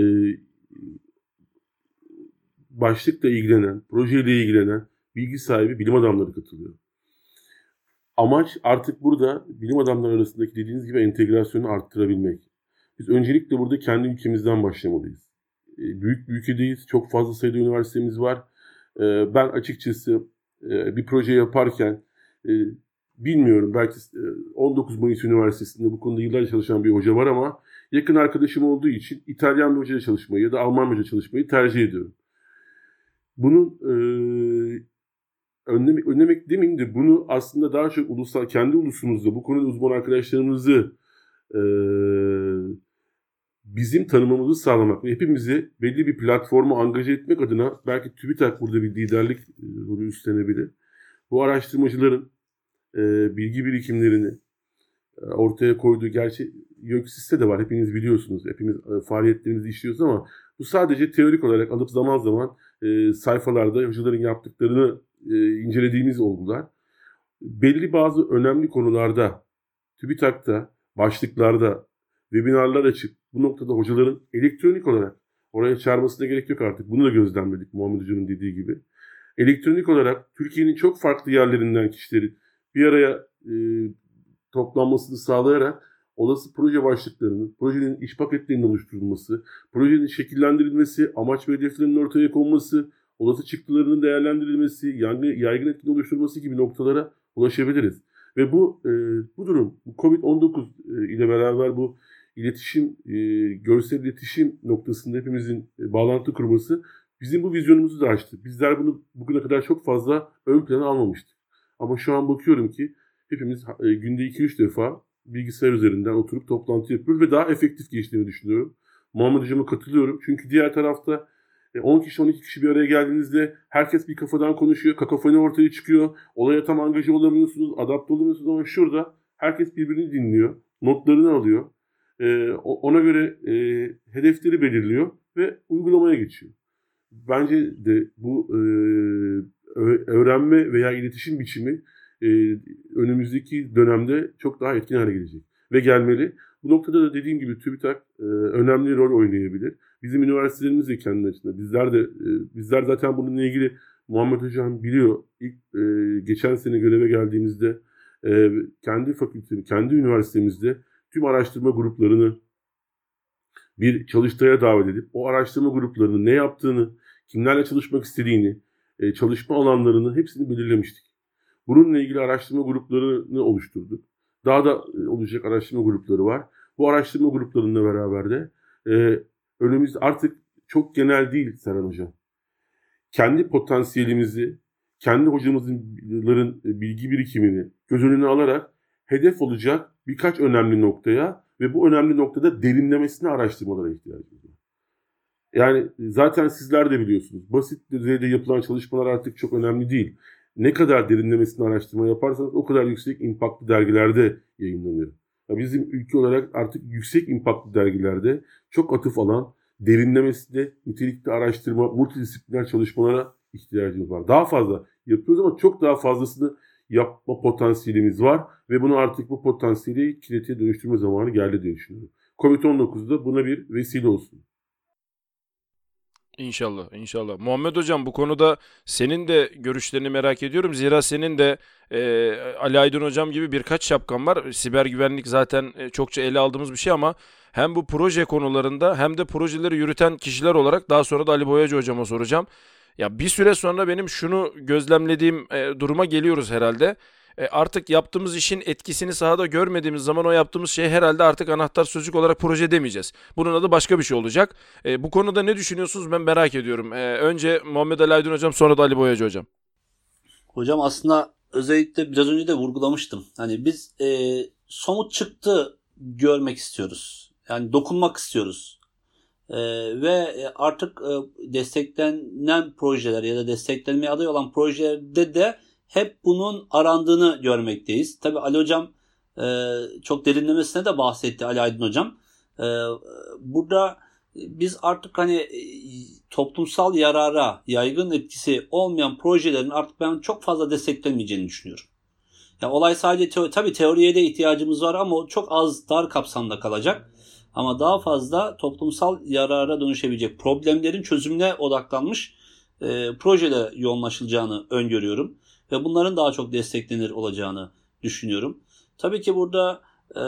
başlıkla ilgilenen, projeyle ilgilenen bilgi sahibi bilim adamları katılıyor. Amaç artık burada bilim adamları arasındaki dediğiniz gibi entegrasyonu arttırabilmek. Biz öncelikle burada kendi ülkemizden başlamalıyız. E, büyük bir ülkedeyiz, çok fazla sayıda üniversitemiz var. E, ben açıkçası e, bir proje yaparken e, bilmiyorum belki e, on dokuz Mayıs Üniversitesi'nde bu konuda yıllarca çalışan bir hoca var ama yakın arkadaşım olduğu için İtalyan bir hocayla çalışmayı ya da Alman bir hocayla çalışmayı tercih ediyorum. Bunun e, önlemek, önlemek demeyeyim de bunu aslında daha çok ulusal, kendi ulusumuzda bu konuda uzman arkadaşlarımızı e, bizim tanımamızı sağlamak ve hepimizi belli bir platforma angaje etmek adına belki TÜBİTAK burada bir liderlik rolü üstlenebilir. Bu araştırmacıların e, bilgi birikimlerini e, ortaya koyduğu, gerçi YÖKSİS'te de var, hepiniz biliyorsunuz, hepimiz e, faaliyetlerimizi işliyoruz ama bu sadece teorik olarak alıp zaman zaman e, sayfalarda hocaların yaptıklarını e, incelediğimiz olgular. Belli bazı önemli konularda TÜBİTAK'ta, başlıklarda webinarlar açıp bu noktada hocaların elektronik olarak oraya çağırmasına gerek yok artık. Bunu da gözlemledik Muhammed Hoca'nın dediği gibi. Elektronik olarak Türkiye'nin çok farklı yerlerinden kişilerin bir araya e, toplanmasını sağlayarak olası proje başlıklarının, projenin iş paketlerinin oluşturulması, projenin şekillendirilmesi, amaç ve hedeflerinin ortaya konması, olası çıktılarının değerlendirilmesi, yaygın, yaygın etkin oluşturulması gibi noktalara ulaşabiliriz. Ve bu e, bu durum, bu kovid on dokuz e, ile beraber bu iletişim, e, görsel iletişim noktasında hepimizin e, bağlantı kurması bizim bu vizyonumuzu da açtı. Bizler bunu bugüne kadar çok fazla ön plana almamıştık. Ama şu an bakıyorum ki hepimiz e, günde iki üç defa bilgisayar üzerinden oturup toplantı yapıyoruz ve daha efektif geçtiğini düşünüyorum. Muhammed Hocam'a katılıyorum. Çünkü diğer tarafta on kişi on iki kişi bir araya geldiğinizde herkes bir kafadan konuşuyor. Kakofoni ortaya çıkıyor. Olaya tam angaje olamıyorsunuz. Adapte olamıyorsunuz ama şurada herkes birbirini dinliyor. Notlarını alıyor. Ee, ona göre e, hedefleri belirliyor ve uygulamaya geçiyor. Bence de bu e, öğrenme veya iletişim biçimi e, önümüzdeki dönemde çok daha etkin hale gelecek. Ve gelmeli. Bu noktada da dediğim gibi TÜBİTAK e, önemli rol oynayabilir. Bizim üniversitelerimiz de kendi açısından. Bizler de e, bizler zaten bununla ilgili Muhammed Hocam biliyor. İlk e, geçen sene göreve geldiğimizde e, kendi fakültemiz, kendi üniversitemizde tüm araştırma gruplarını bir çalıştaya davet edip o araştırma gruplarının ne yaptığını, kimlerle çalışmak istediğini, e, çalışma alanlarını hepsini belirlemiştik. Bununla ilgili araştırma gruplarını oluşturduk. Daha da olacak araştırma grupları var. Bu araştırma gruplarıyla beraber de e, önümüzde artık çok genel değil Serhan Hocam. Kendi potansiyelimizi, kendi hocamızın bilgi birikimini göz önüne alarak hedef olacak birkaç önemli noktaya ve bu önemli noktada derinlemesine araştırmalara ihtiyacımız var. Yani zaten sizler de biliyorsunuz. Basit düzeyde yapılan çalışmalar artık çok önemli değil. Ne kadar derinlemesine araştırma yaparsanız o kadar yüksek impactlı dergilerde yayınlanıyor. Ya bizim ülke olarak artık yüksek impactlı dergilerde çok atıf alan, derinlemesine nitelikli araştırma, multidisipliner çalışmalara ihtiyacımız var. Daha fazla yapıyoruz ama çok daha fazlasını yapma potansiyelimiz var ve bunu artık bu potansiyeli kirletiye dönüştürme zamanı geldi diye düşünüyorum. covid on dokuzda buna bir vesile olsun. İnşallah, inşallah. Muhammed Hocam, bu konuda senin de görüşlerini merak ediyorum. Zira senin de e, Ali Aydın Hocam gibi birkaç şapkan var. Siber güvenlik zaten e, çokça ele aldığımız bir şey ama hem bu proje konularında hem de projeleri yürüten kişiler olarak daha sonra da Ali Boyacı Hocam'a soracağım. Ya bir süre sonra benim şunu gözlemlediğim e, duruma geliyoruz herhalde. E, artık yaptığımız işin etkisini sahada görmediğimiz zaman o yaptığımız şey herhalde artık anahtar sözcük olarak proje demeyeceğiz. Bunun adı başka bir şey olacak. E, bu konuda ne düşünüyorsunuz, ben merak ediyorum. E, önce Muhammed Ali Aydın Hocam, sonra da Ali Boyacı Hocam. Hocam aslında özellikle biraz önce de vurgulamıştım. Hani biz e, somut çıktı görmek istiyoruz. Yani dokunmak istiyoruz. E, ve artık e, desteklenen projeler ya da desteklenmeye aday olan projelerde de hep bunun arandığını görmekteyiz. Tabii Ali Hocam e, çok derinlemesine de bahsetti, Ali Aydın Hocam. E, burada biz artık hani e, toplumsal yarara yaygın etkisi olmayan projelerin artık ben çok fazla desteklenmeyeceğini düşünüyorum. Yani olay sadece teori, tabii teoriye de ihtiyacımız var ama o çok az, dar kapsamda kalacak. Ama daha fazla toplumsal yarara dönüşebilecek problemlerin çözümüne odaklanmış e, projelere yoğunlaşılacağını öngörüyorum. Ve bunların daha çok desteklenir olacağını düşünüyorum. Tabii ki burada e,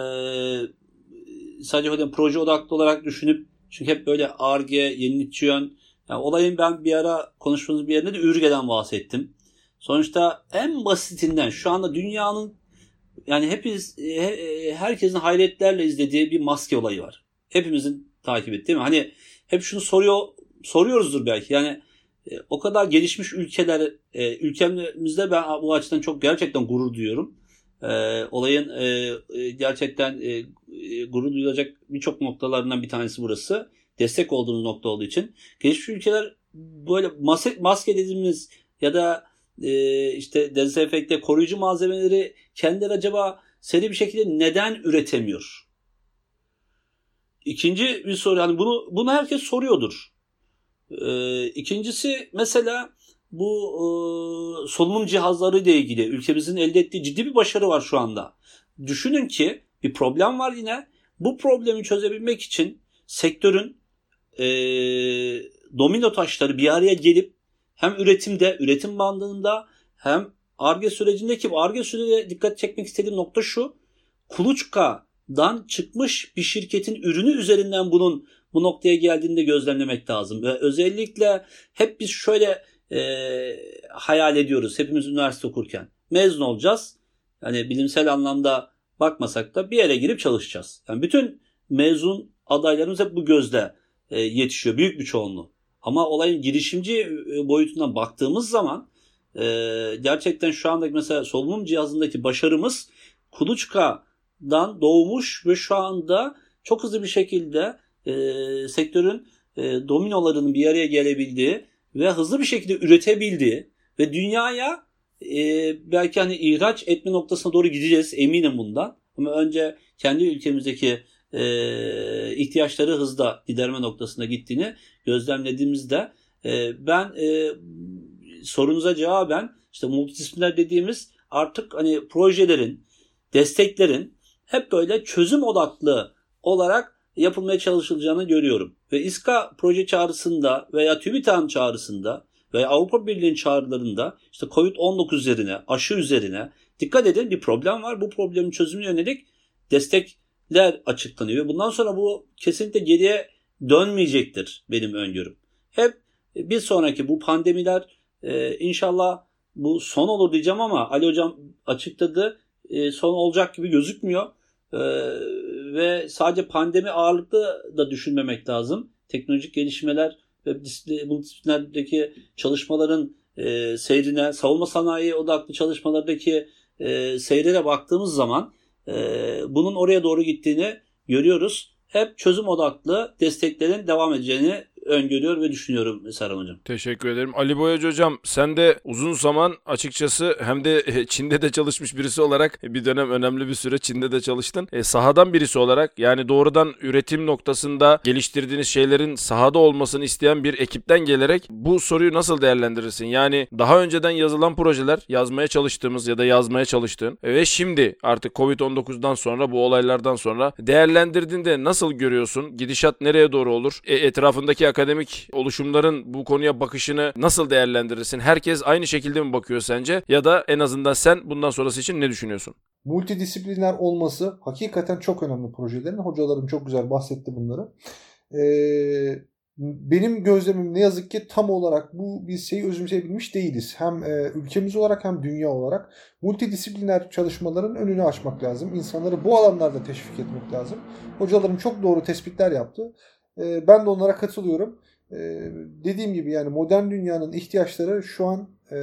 sadece hocam proje odaklı olarak düşünüp, çünkü hep böyle Ar-Ge, yenilikçi yön. Yani olayın ben bir ara konuştuğumuz bir yerinde de Ür-Ge'den bahsettim. Sonuçta en basitinden şu anda dünyanın, yani hepimiz, herkesin hayretlerle izlediği bir maske olayı var. Hepimizin takip ettiği, değil mi? Hani hep şunu soruyor, soruyoruzdur belki. Yani e, o kadar gelişmiş ülkeler, e, ülkemizde ben bu açıdan çok gerçekten gurur duyuyorum. E, olayın e, gerçekten e, gurur duyulacak birçok noktalarından bir tanesi burası. Destek olduğumuz nokta olduğu için. Gelişmiş ülkeler böyle maske, maske dediğimiz ya da e, işte dezenfekte, koruyucu malzemeleri kendileri acaba seri bir şekilde neden üretemiyor? İkinci bir soru, yani bunu bunu herkes soruyordur. Ee, ikincisi mesela bu e, solunum cihazları ile ilgili ülkemizin elde ettiği ciddi bir başarı var şu anda. Düşünün ki bir problem var yine. Bu problemi çözebilmek için sektörün e, domino taşları bir araya gelip hem üretimde, üretim bandında hem Ar-Ge sürecindeki bu Ar-Ge sürecine dikkat çekmek istediğim nokta şu. Kuluçka'dan çıkmış bir şirketin ürünü üzerinden bunun bu noktaya geldiğini de gözlemlemek lazım. Ve özellikle hep biz şöyle e, hayal ediyoruz hepimiz üniversite okurken. Mezun olacağız. Yani bilimsel anlamda bakmasak da bir yere girip çalışacağız. Yani bütün mezun adaylarımız hep bu gözle e, yetişiyor. Büyük bir çoğunluğu. Ama olayın girişimci boyutundan baktığımız zaman e, gerçekten şu andaki mesela solunum cihazındaki başarımız kuluçkadan doğmuş ve şu anda çok hızlı bir şekilde e, sektörün e, dominolarının bir araya gelebildiği ve hızlı bir şekilde üretebildiği ve dünyaya e, belki hani ihraç etme noktasına doğru gideceğiz, eminim bundan. Ama önce kendi ülkemizdeki e, ihtiyaçları hızla giderme noktasına gittiğini gözlemlediğimizde e, ben e, sorunuza cevaben işte multidisipliner dediğimiz artık hani projelerin, desteklerin hep böyle çözüm odaklı olarak yapılmaya çalışılacağını görüyorum. Ve İSKA proje çağrısında veya TÜBİTAK'ın çağrısında veya Avrupa Birliği'nin çağrılarında işte covid on dokuz üzerine, aşı üzerine dikkat edin, bir problem var. Bu problemin çözümüne yönelik destekler açıklanıyor. Bundan sonra bu kesinlikle geriye dönmeyecektir benim öngörüm. Hep bir sonraki bu pandemiler e, inşallah bu son olur diyeceğim ama Ali Hocam açıkladı. e, son olacak gibi gözükmüyor. E, ve sadece pandemi ağırlıklı da düşünmemek lazım. Teknolojik gelişmeler ve bu disiplinlerdeki çalışmaların e, seyrine, savunma sanayi odaklı çalışmalardaki e, seyrine baktığımız zaman e, bunun oraya doğru gittiğini görüyoruz. Hep çözüm odaklı desteklerin devam edeceğini öngörüyor ve düşünüyorum Serhan Hocam. Teşekkür ederim. Ali Boyacı Hocam, sen de uzun zaman açıkçası hem de Çin'de de çalışmış birisi olarak bir dönem önemli bir süre Çin'de de çalıştın. E, sahadan birisi olarak, yani doğrudan üretim noktasında geliştirdiğiniz şeylerin sahada olmasını isteyen bir ekipten gelerek bu soruyu nasıl değerlendirirsin? Yani daha önceden yazılan projeler, yazmaya çalıştığımız ya da yazmaya çalıştığın ve şimdi artık kovid on dokuzdan sonra, bu olaylardan sonra değerlendirdiğinde nasıl görüyorsun? Gidişat nereye doğru olur? E, etrafındaki akademik oluşumların bu konuya bakışını nasıl değerlendirirsin? Herkes aynı şekilde mi bakıyor sence? Ya da en azından sen bundan sonrası için ne düşünüyorsun? Multidisipliner olması hakikaten çok önemli projelerin. Hocalarım çok güzel bahsetti bunları. Ee, benim gözlemim ne yazık ki tam olarak bu bir şeyi özümseyebilmiş değiliz. Hem e, ülkemiz olarak hem dünya olarak multidisipliner çalışmaların önünü açmak lazım. İnsanları bu alanlarda teşvik etmek lazım. Hocalarım çok doğru tespitler yaptı. Ben de onlara katılıyorum. Dediğim gibi yani modern dünyanın ihtiyaçları şu an e,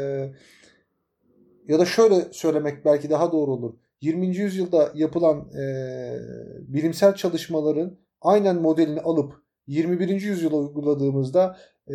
ya da şöyle söylemek belki daha doğru olur. yirminci yüzyılda yapılan e, bilimsel çalışmaların aynen modelini alıp yirmi birinci yüzyıla uyguladığımızda e,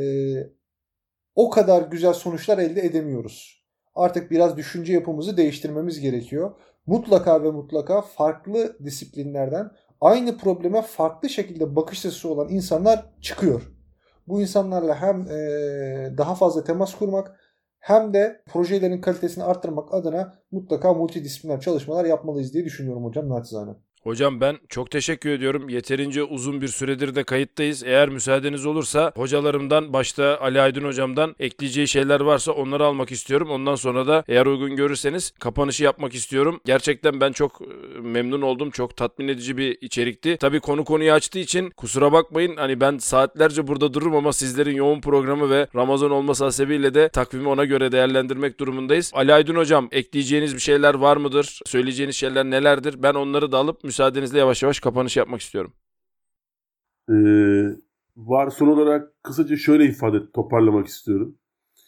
o kadar güzel sonuçlar elde edemiyoruz. Artık biraz düşünce yapımızı değiştirmemiz gerekiyor. Mutlaka ve mutlaka farklı disiplinlerden aynı probleme farklı şekilde bakış açısı olan insanlar çıkıyor. Bu insanlarla hem e, daha fazla temas kurmak hem de projelerin kalitesini arttırmak adına mutlaka multidisipliner çalışmalar yapmalıyız diye düşünüyorum hocam naçizane. Hocam ben çok teşekkür ediyorum. Yeterince uzun bir süredir de kayıttayız. Eğer müsaadeniz olursa hocalarımdan, başta Ali Aydın hocamdan ekleyeceği şeyler varsa onları almak istiyorum. Ondan sonra da eğer uygun görürseniz kapanışı yapmak istiyorum. Gerçekten ben çok memnun oldum. Çok tatmin edici bir içerikti. Tabii konu konuyu açtığı için kusura bakmayın. Hani ben saatlerce burada dururum ama sizlerin yoğun programı ve Ramazan olması hasebiyle de takvimi ona göre değerlendirmek durumundayız. Ali Aydın hocam, ekleyeceğiniz bir şeyler var mıdır? Söyleyeceğiniz şeyler nelerdir? Ben onları da alıp müsaadenizle yavaş yavaş kapanış yapmak istiyorum. Ee, var son olarak kısaca şöyle ifade toparlamak istiyorum.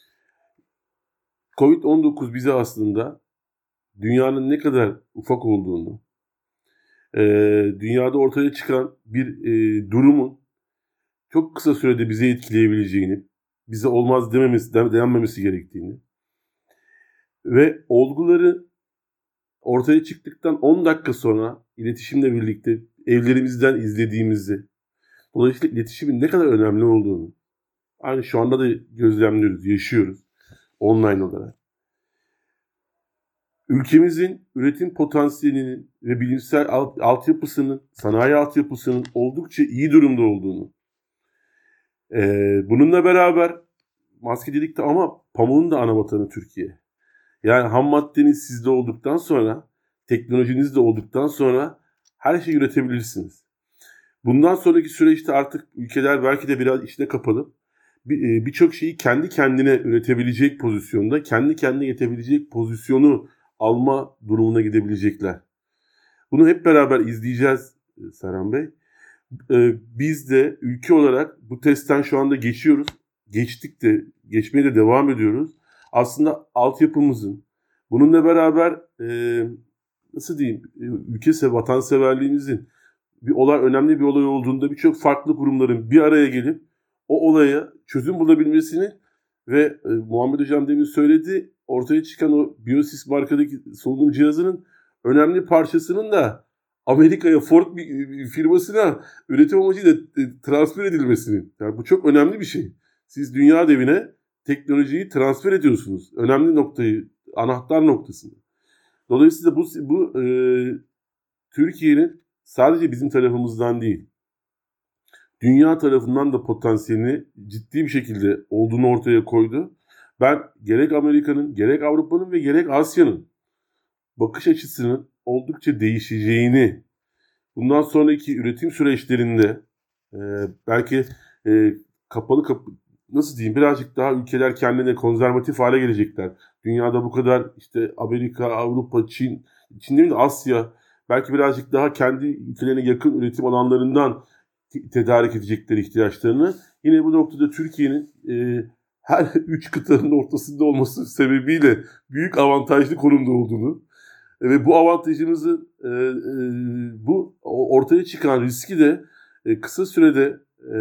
kovid on dokuz bize aslında dünyanın ne kadar ufak olduğunu, e, dünyada ortaya çıkan bir e, durumun çok kısa sürede bizi etkileyebileceğini, bize olmaz dememesi, denmemesi gerektiğini ve olguları ortaya çıktıktan on dakika sonra iletişimle birlikte evlerimizden izlediğimizi, dolayısıyla iletişimin ne kadar önemli olduğunu aynı şu anda da gözlemliyoruz, yaşıyoruz online olarak. Ülkemizin üretim potansiyelinin ve bilimsel alt, altyapısının, sanayi altyapısının oldukça iyi durumda olduğunu, ee, bununla beraber maske dedik de ama pamuğun da ana vatanı Türkiye. Yani ham maddeniz sizde olduktan sonra, teknolojiniz de olduktan sonra her şeyi üretebilirsiniz. Bundan sonraki süreçte artık ülkeler belki de biraz içine kapalı. Birçok şeyi kendi kendine üretebilecek pozisyonda, kendi kendine yetebilecek pozisyonu alma durumuna gidebilecekler. Bunu hep beraber izleyeceğiz Serhan Bey. Biz de ülke olarak bu testten şu anda geçiyoruz. Geçtik de, geçmeye de devam ediyoruz. Aslında altyapımızın, bununla beraber e, nasıl diyeyim, ülke vatanseverliğimizin bir olay, önemli bir olay olduğunda birçok farklı kurumların bir araya gelip o olaya çözüm bulabilmesini ve e, Muhammed Hocam demin söyledi, ortaya çıkan o Biosys markadaki solunum cihazının önemli parçasının da Amerika'ya, Ford firmasına üretim amacıyla transfer edilmesinin. Yani bu çok önemli bir şey. Siz dünya devine teknolojiyi transfer ediyorsunuz. Önemli noktayı, anahtar noktasını. Dolayısıyla bu, bu e, Türkiye'nin sadece bizim tarafımızdan değil, dünya tarafından da potansiyelini ciddi bir şekilde olduğunu ortaya koydu. Ben gerek Amerika'nın, gerek Avrupa'nın ve gerek Asya'nın bakış açısının oldukça değişeceğini, bundan sonraki üretim süreçlerinde e, belki e, kapalı kapı, nasıl diyeyim, birazcık daha ülkeler kendine konservatif hale gelecekler. Dünyada bu kadar işte Amerika, Avrupa, Çin Çin değil de Asya, belki birazcık daha kendi ülkelerine yakın üretim alanlarından te- tedarik edecekleri ihtiyaçlarını. Yine bu noktada Türkiye'nin e, her üç kıtanın ortasında olması sebebiyle büyük avantajlı konumda olduğunu ve bu avantajımızı e, e, bu ortaya çıkan riski de e, kısa sürede e,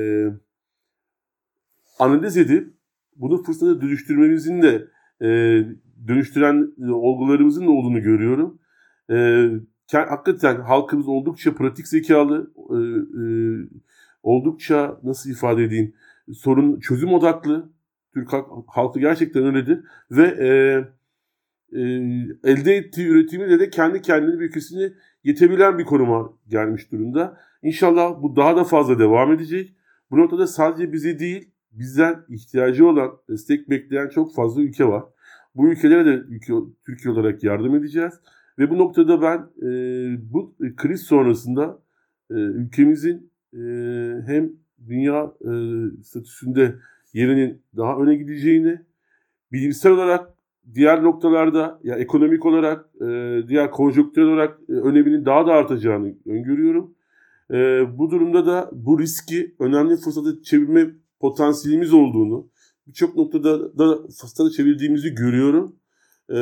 analiz edip bunu fırsata dönüştürmemizin de e, dönüştüren e, olgularımızın da olduğunu görüyorum. E, hakikaten halkımız oldukça pratik zekalı, e, e, oldukça nasıl ifade edeyim, sorun çözüm odaklı. Türk halk, halkı gerçekten öyledir ve e, e, elde ettiği üretimiyle de kendi kendine bir ülkesine yetebilen bir konuma gelmiş durumda. İnşallah bu daha da fazla devam edecek. Bu noktada sadece bize değil, bizden ihtiyacı olan, destek bekleyen çok fazla ülke var. Bu ülkelere de ülke, Türkiye olarak yardım edeceğiz. Ve bu noktada ben e, bu kriz sonrasında e, ülkemizin e, hem dünya e, statüsünde yerinin daha öne gideceğini, bilimsel olarak diğer noktalarda, ya ekonomik olarak, e, diğer konjonktürel olarak e, öneminin daha da artacağını öngörüyorum. E, bu durumda da bu riski önemli fırsata çevirme potansiyelimiz olduğunu, birçok noktada da fırsata çevirdiğimizi görüyorum. E,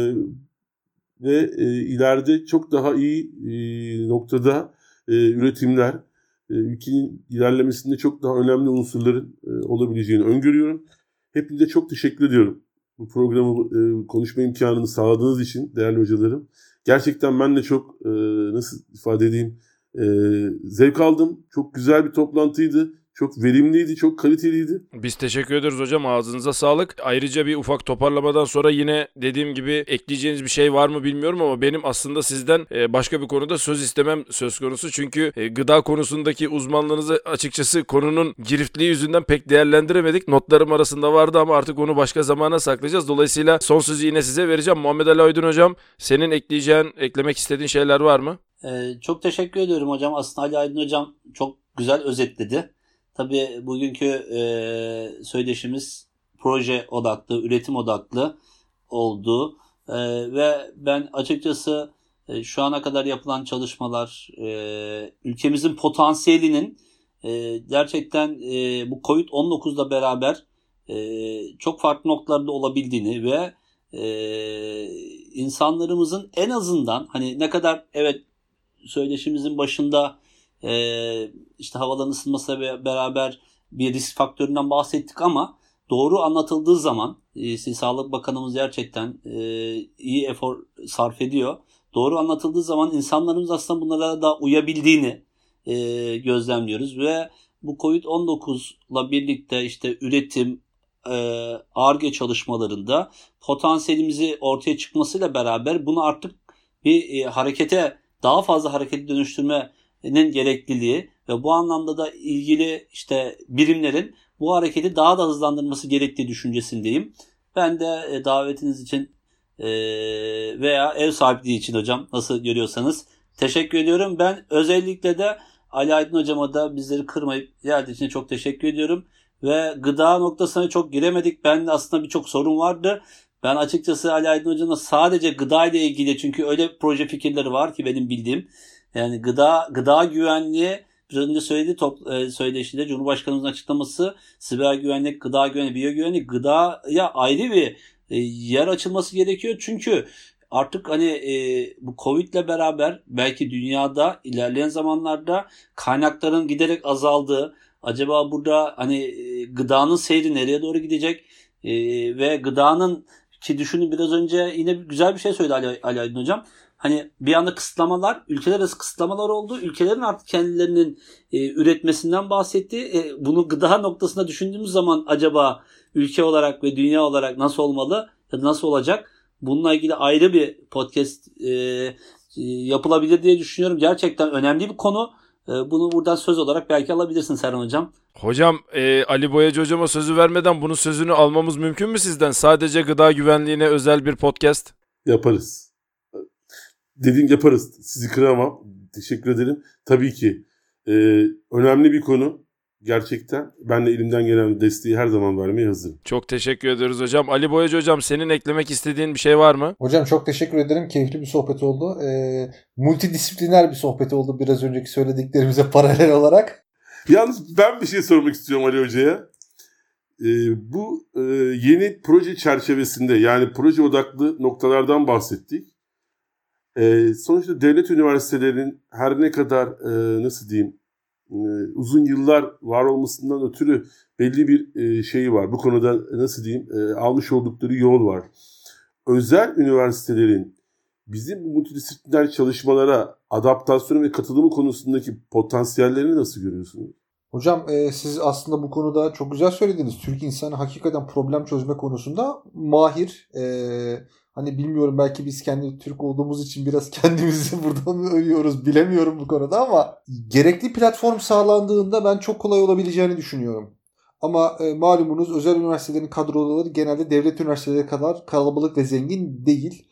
ve e, ileride çok daha iyi e, noktada e, üretimler, e, ülkenin ilerlemesinde çok daha önemli unsurların e, olabileceğini öngörüyorum. Hepinize çok teşekkür ediyorum. Bu programı e, konuşma imkanını sağladığınız için değerli hocalarım. Gerçekten ben de çok e, nasıl ifade edeyim e, zevk aldım. Çok güzel bir toplantıydı. Çok verimliydi, çok kaliteliydi. Biz teşekkür ederiz hocam. Ağzınıza sağlık. Ayrıca bir ufak toparlamadan sonra yine dediğim gibi ekleyeceğiniz bir şey var mı bilmiyorum ama benim aslında sizden başka bir konuda söz istemem söz konusu. Çünkü gıda konusundaki uzmanlığınızı açıkçası konunun giriftliği yüzünden pek değerlendiremedik. Notlarım arasında vardı ama artık onu başka zamana saklayacağız. Dolayısıyla son sözü yine size vereceğim. Muhammed Ali Aydın hocam, senin ekleyeceğin, eklemek istediğin şeyler var mı? Ee, çok teşekkür ediyorum hocam. Aslında Ali Aydın hocam çok güzel özetledi. Tabii bugünkü e, söyleşimiz proje odaklı, üretim odaklı oldu. E, ve ben açıkçası e, şu ana kadar yapılan çalışmalar, e, ülkemizin potansiyelinin e, gerçekten e, bu kovid on dokuzla beraber e, çok farklı noktalarda olabildiğini ve e, insanlarımızın en azından hani ne kadar evet söyleşimizin başında Ee, işte havaların ısınmasıyla beraber bir risk faktöründen bahsettik ama doğru anlatıldığı zaman e, Sağlık Bakanımız gerçekten e, iyi efor sarf ediyor. Doğru anlatıldığı zaman insanlarımız aslında bunlara da uyabildiğini e, gözlemliyoruz ve bu kovid on dokuzla birlikte işte üretim, e, Ar-Ge çalışmalarında potansiyelimizi ortaya çıkmasıyla beraber bunu artık bir e, harekete, daha fazla harekete dönüştürme gerekliliği ve bu anlamda da ilgili işte birimlerin bu hareketi daha da hızlandırması gerektiği düşüncesindeyim. Ben de davetiniz için veya ev sahipliği için hocam nasıl görüyorsanız teşekkür ediyorum. Ben özellikle de Ali Aydın hocama da bizleri kırmayıp geldiği için çok teşekkür ediyorum. Ve gıda noktasına çok giremedik. Ben de aslında birçok sorun vardı. Ben açıkçası Ali Aydın hocamla sadece gıda ile ilgili, çünkü öyle proje fikirleri var ki benim bildiğim. Yani gıda gıda güvenliği biraz önce söyledi top, e, söyleşide Cumhurbaşkanımızın açıklaması, siber güvenlik, gıda güvenliği, biyo güvenlik, gıdaya ayrı bir e, yer açılması gerekiyor. Çünkü artık hani e, bu Covid'le beraber belki dünyada ilerleyen zamanlarda kaynakların giderek azaldığı, acaba burada hani e, gıdanın seyri nereye doğru gidecek e, ve gıdanın, ki düşünün biraz önce yine güzel bir şey söyledi Ali, Ali Aydın hocam. Hani bir anda kısıtlamalar, ülkeler arası kısıtlamalar oldu. Ülkelerin artık kendilerinin e, üretmesinden bahsetti. E, bunu gıda noktasında düşündüğümüz zaman acaba ülke olarak ve dünya olarak nasıl olmalı ya da nasıl olacak? Bununla ilgili ayrı bir podcast e, e, yapılabilir diye düşünüyorum. Gerçekten önemli bir konu. E, bunu buradan söz olarak belki alabilirsin Serhan hocam. Hocam e, Ali Boyacı hocama sözü vermeden bunun sözünü almamız mümkün mü sizden? Sadece gıda güvenliğine özel bir podcast. Yaparız. Dediğim yaparız. Sizi kıramam. Teşekkür ederim. Tabii ki e, önemli bir konu. gerçekten ben de elimden gelen desteği her zaman vermeye hazırım. Çok teşekkür ediyoruz hocam. Ali Boyacı hocam, senin eklemek istediğin bir şey var mı? Hocam çok teşekkür ederim. Keyifli bir sohbet oldu. Ee, multidisipliner bir sohbet oldu biraz önceki söylediklerimize paralel olarak. Yalnız ben bir şey sormak istiyorum Ali Hoca'ya. Ee, bu e, yeni proje çerçevesinde, yani proje odaklı noktalardan bahsettik. Ee, sonuçta devlet üniversitelerinin her ne kadar e, nasıl diyeyim e, uzun yıllar var olmasından ötürü belli bir e, şeyi var. Bu konuda nasıl diyeyim e, almış oldukları yol var. Özel üniversitelerin bizim bu multidisipliner çalışmalara adaptasyon ve katılımı konusundaki potansiyellerini nasıl görüyorsunuz? Hocam e, siz aslında bu konuda çok güzel söylediniz. Türk insanı hakikaten problem çözme konusunda mahir. E, hani bilmiyorum, belki biz kendi Türk olduğumuz için biraz kendimizi burada mı övüyoruz bilemiyorum bu konuda, ama gerekli platform sağlandığında ben çok kolay olabileceğini düşünüyorum. Ama e, malumunuz özel üniversitelerin kadroları genelde devlet üniversiteleri kadar kalabalık ve zengin değil.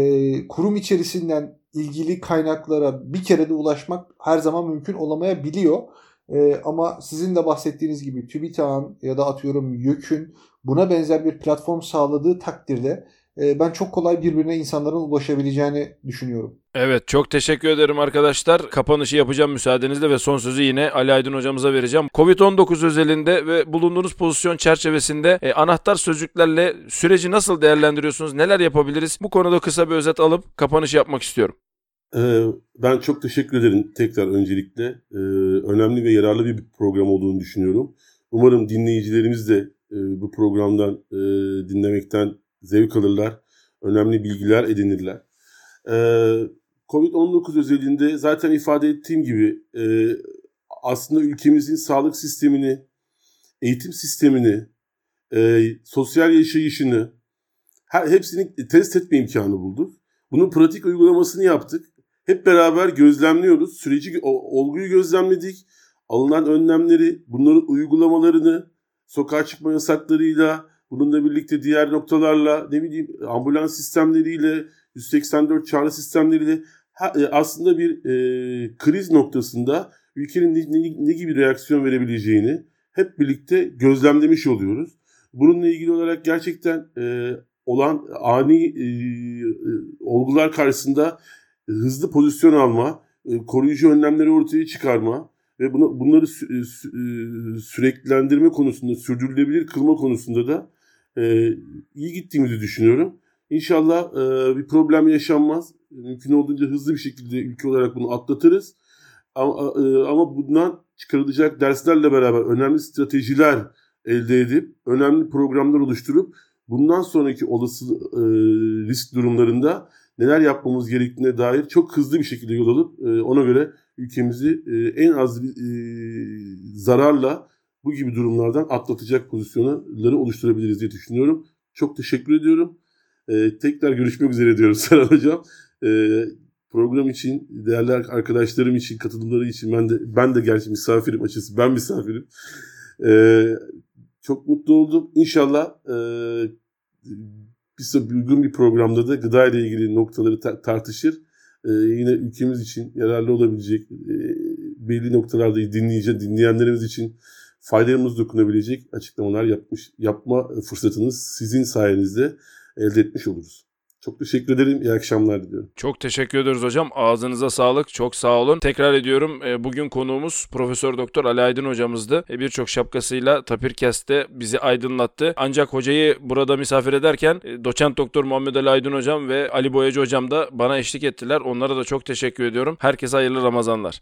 E, kurum içerisinden ilgili kaynaklara bir kere de ulaşmak her zaman mümkün olamayabiliyor. Ee, ama sizin de bahsettiğiniz gibi TÜBİTAK'ın ya da atıyorum YÖK'ün buna benzer bir platform sağladığı takdirde e, ben çok kolay birbirine insanların ulaşabileceğini düşünüyorum. Evet, çok teşekkür ederim arkadaşlar. Kapanışı yapacağım müsaadenizle ve son sözü yine Ali Aydın hocamıza vereceğim. covid on dokuz özelinde ve bulunduğunuz pozisyon çerçevesinde e, anahtar sözcüklerle süreci nasıl değerlendiriyorsunuz? Neler yapabiliriz? Bu konuda kısa bir özet alıp kapanış yapmak istiyorum. Ee, ben çok teşekkür ederim tekrar öncelikle. Ee, önemli ve yararlı bir program olduğunu düşünüyorum. Umarım dinleyicilerimiz de e, bu programdan e, dinlemekten zevk alırlar. Önemli bilgiler edinirler. Ee, covid on dokuz özelinde zaten ifade ettiğim gibi e, aslında ülkemizin sağlık sistemini, eğitim sistemini, e, sosyal yaşayışını her, hepsini test etme imkanı bulduk. Bunun pratik uygulamasını yaptık. Hep beraber gözlemliyoruz. Süreci, o, olguyu gözlemledik. Alınan önlemleri, bunların uygulamalarını, sokağa çıkma yasaklarıyla, bununla birlikte diğer noktalarla, ne bileyim ambulans sistemleriyle, yüz seksen dört çağrı sistemleriyle ha, e, aslında bir e, kriz noktasında ülkenin ne, ne, ne gibi reaksiyon verebileceğini hep birlikte gözlemlemiş oluyoruz. Bununla ilgili olarak gerçekten e, olan ani e, e, olgular karşısında hızlı pozisyon alma, e, koruyucu önlemleri ortaya çıkarma ve bunu, bunları sü, sü, süreklilendirme konusunda, sürdürülebilir kılma konusunda da e, iyi gittiğimizi düşünüyorum. İnşallah e, bir problem yaşanmaz. Mümkün olduğunca hızlı bir şekilde ülke olarak bunu atlatırız. Ama, e, ama bundan çıkarılacak derslerle beraber önemli stratejiler elde edip, önemli programlar oluşturup bundan sonraki olası e, risk durumlarında neler yapmamız gerektiğine dair çok hızlı bir şekilde yol alıp e, ona göre ülkemizi e, en az e, zararla bu gibi durumlardan atlatacak pozisyonları oluşturabiliriz diye düşünüyorum. Çok teşekkür ediyorum. E, tekrar görüşmek üzere diyorum Serhan Hocam. E, program için, değerli arkadaşlarım için, katılımları için ben de ben de gerçi misafirim açıkçası. Ben misafirim. E, çok mutlu oldum. İnşallah e, bir uygun bir programda da gıda ile ilgili noktaları ta- tartışır. Ee, yine ülkemiz için yararlı olabilecek, e, belli noktalarda dinleyeceğiz, dinleyenlerimiz için faydalarımız dokunabilecek açıklamalar yapmış, yapma fırsatınız sizin sayenizde elde etmiş oluruz. Çok teşekkür ederim. İyi akşamlar diliyorum. Çok teşekkür ediyoruz hocam. Ağzınıza sağlık. Çok sağ olun. Tekrar ediyorum. Bugün konuğumuz Profesör Doktor Ali Aydın hocamızdı. Birçok şapkasıyla Tapirkest'te bizi aydınlattı. Ancak hocayı burada misafir ederken Doçent Doktor Muhammed Ali Aydın hocam ve Ali Boyacı hocam da bana eşlik ettiler. Onlara da çok teşekkür ediyorum. Herkese hayırlı Ramazanlar.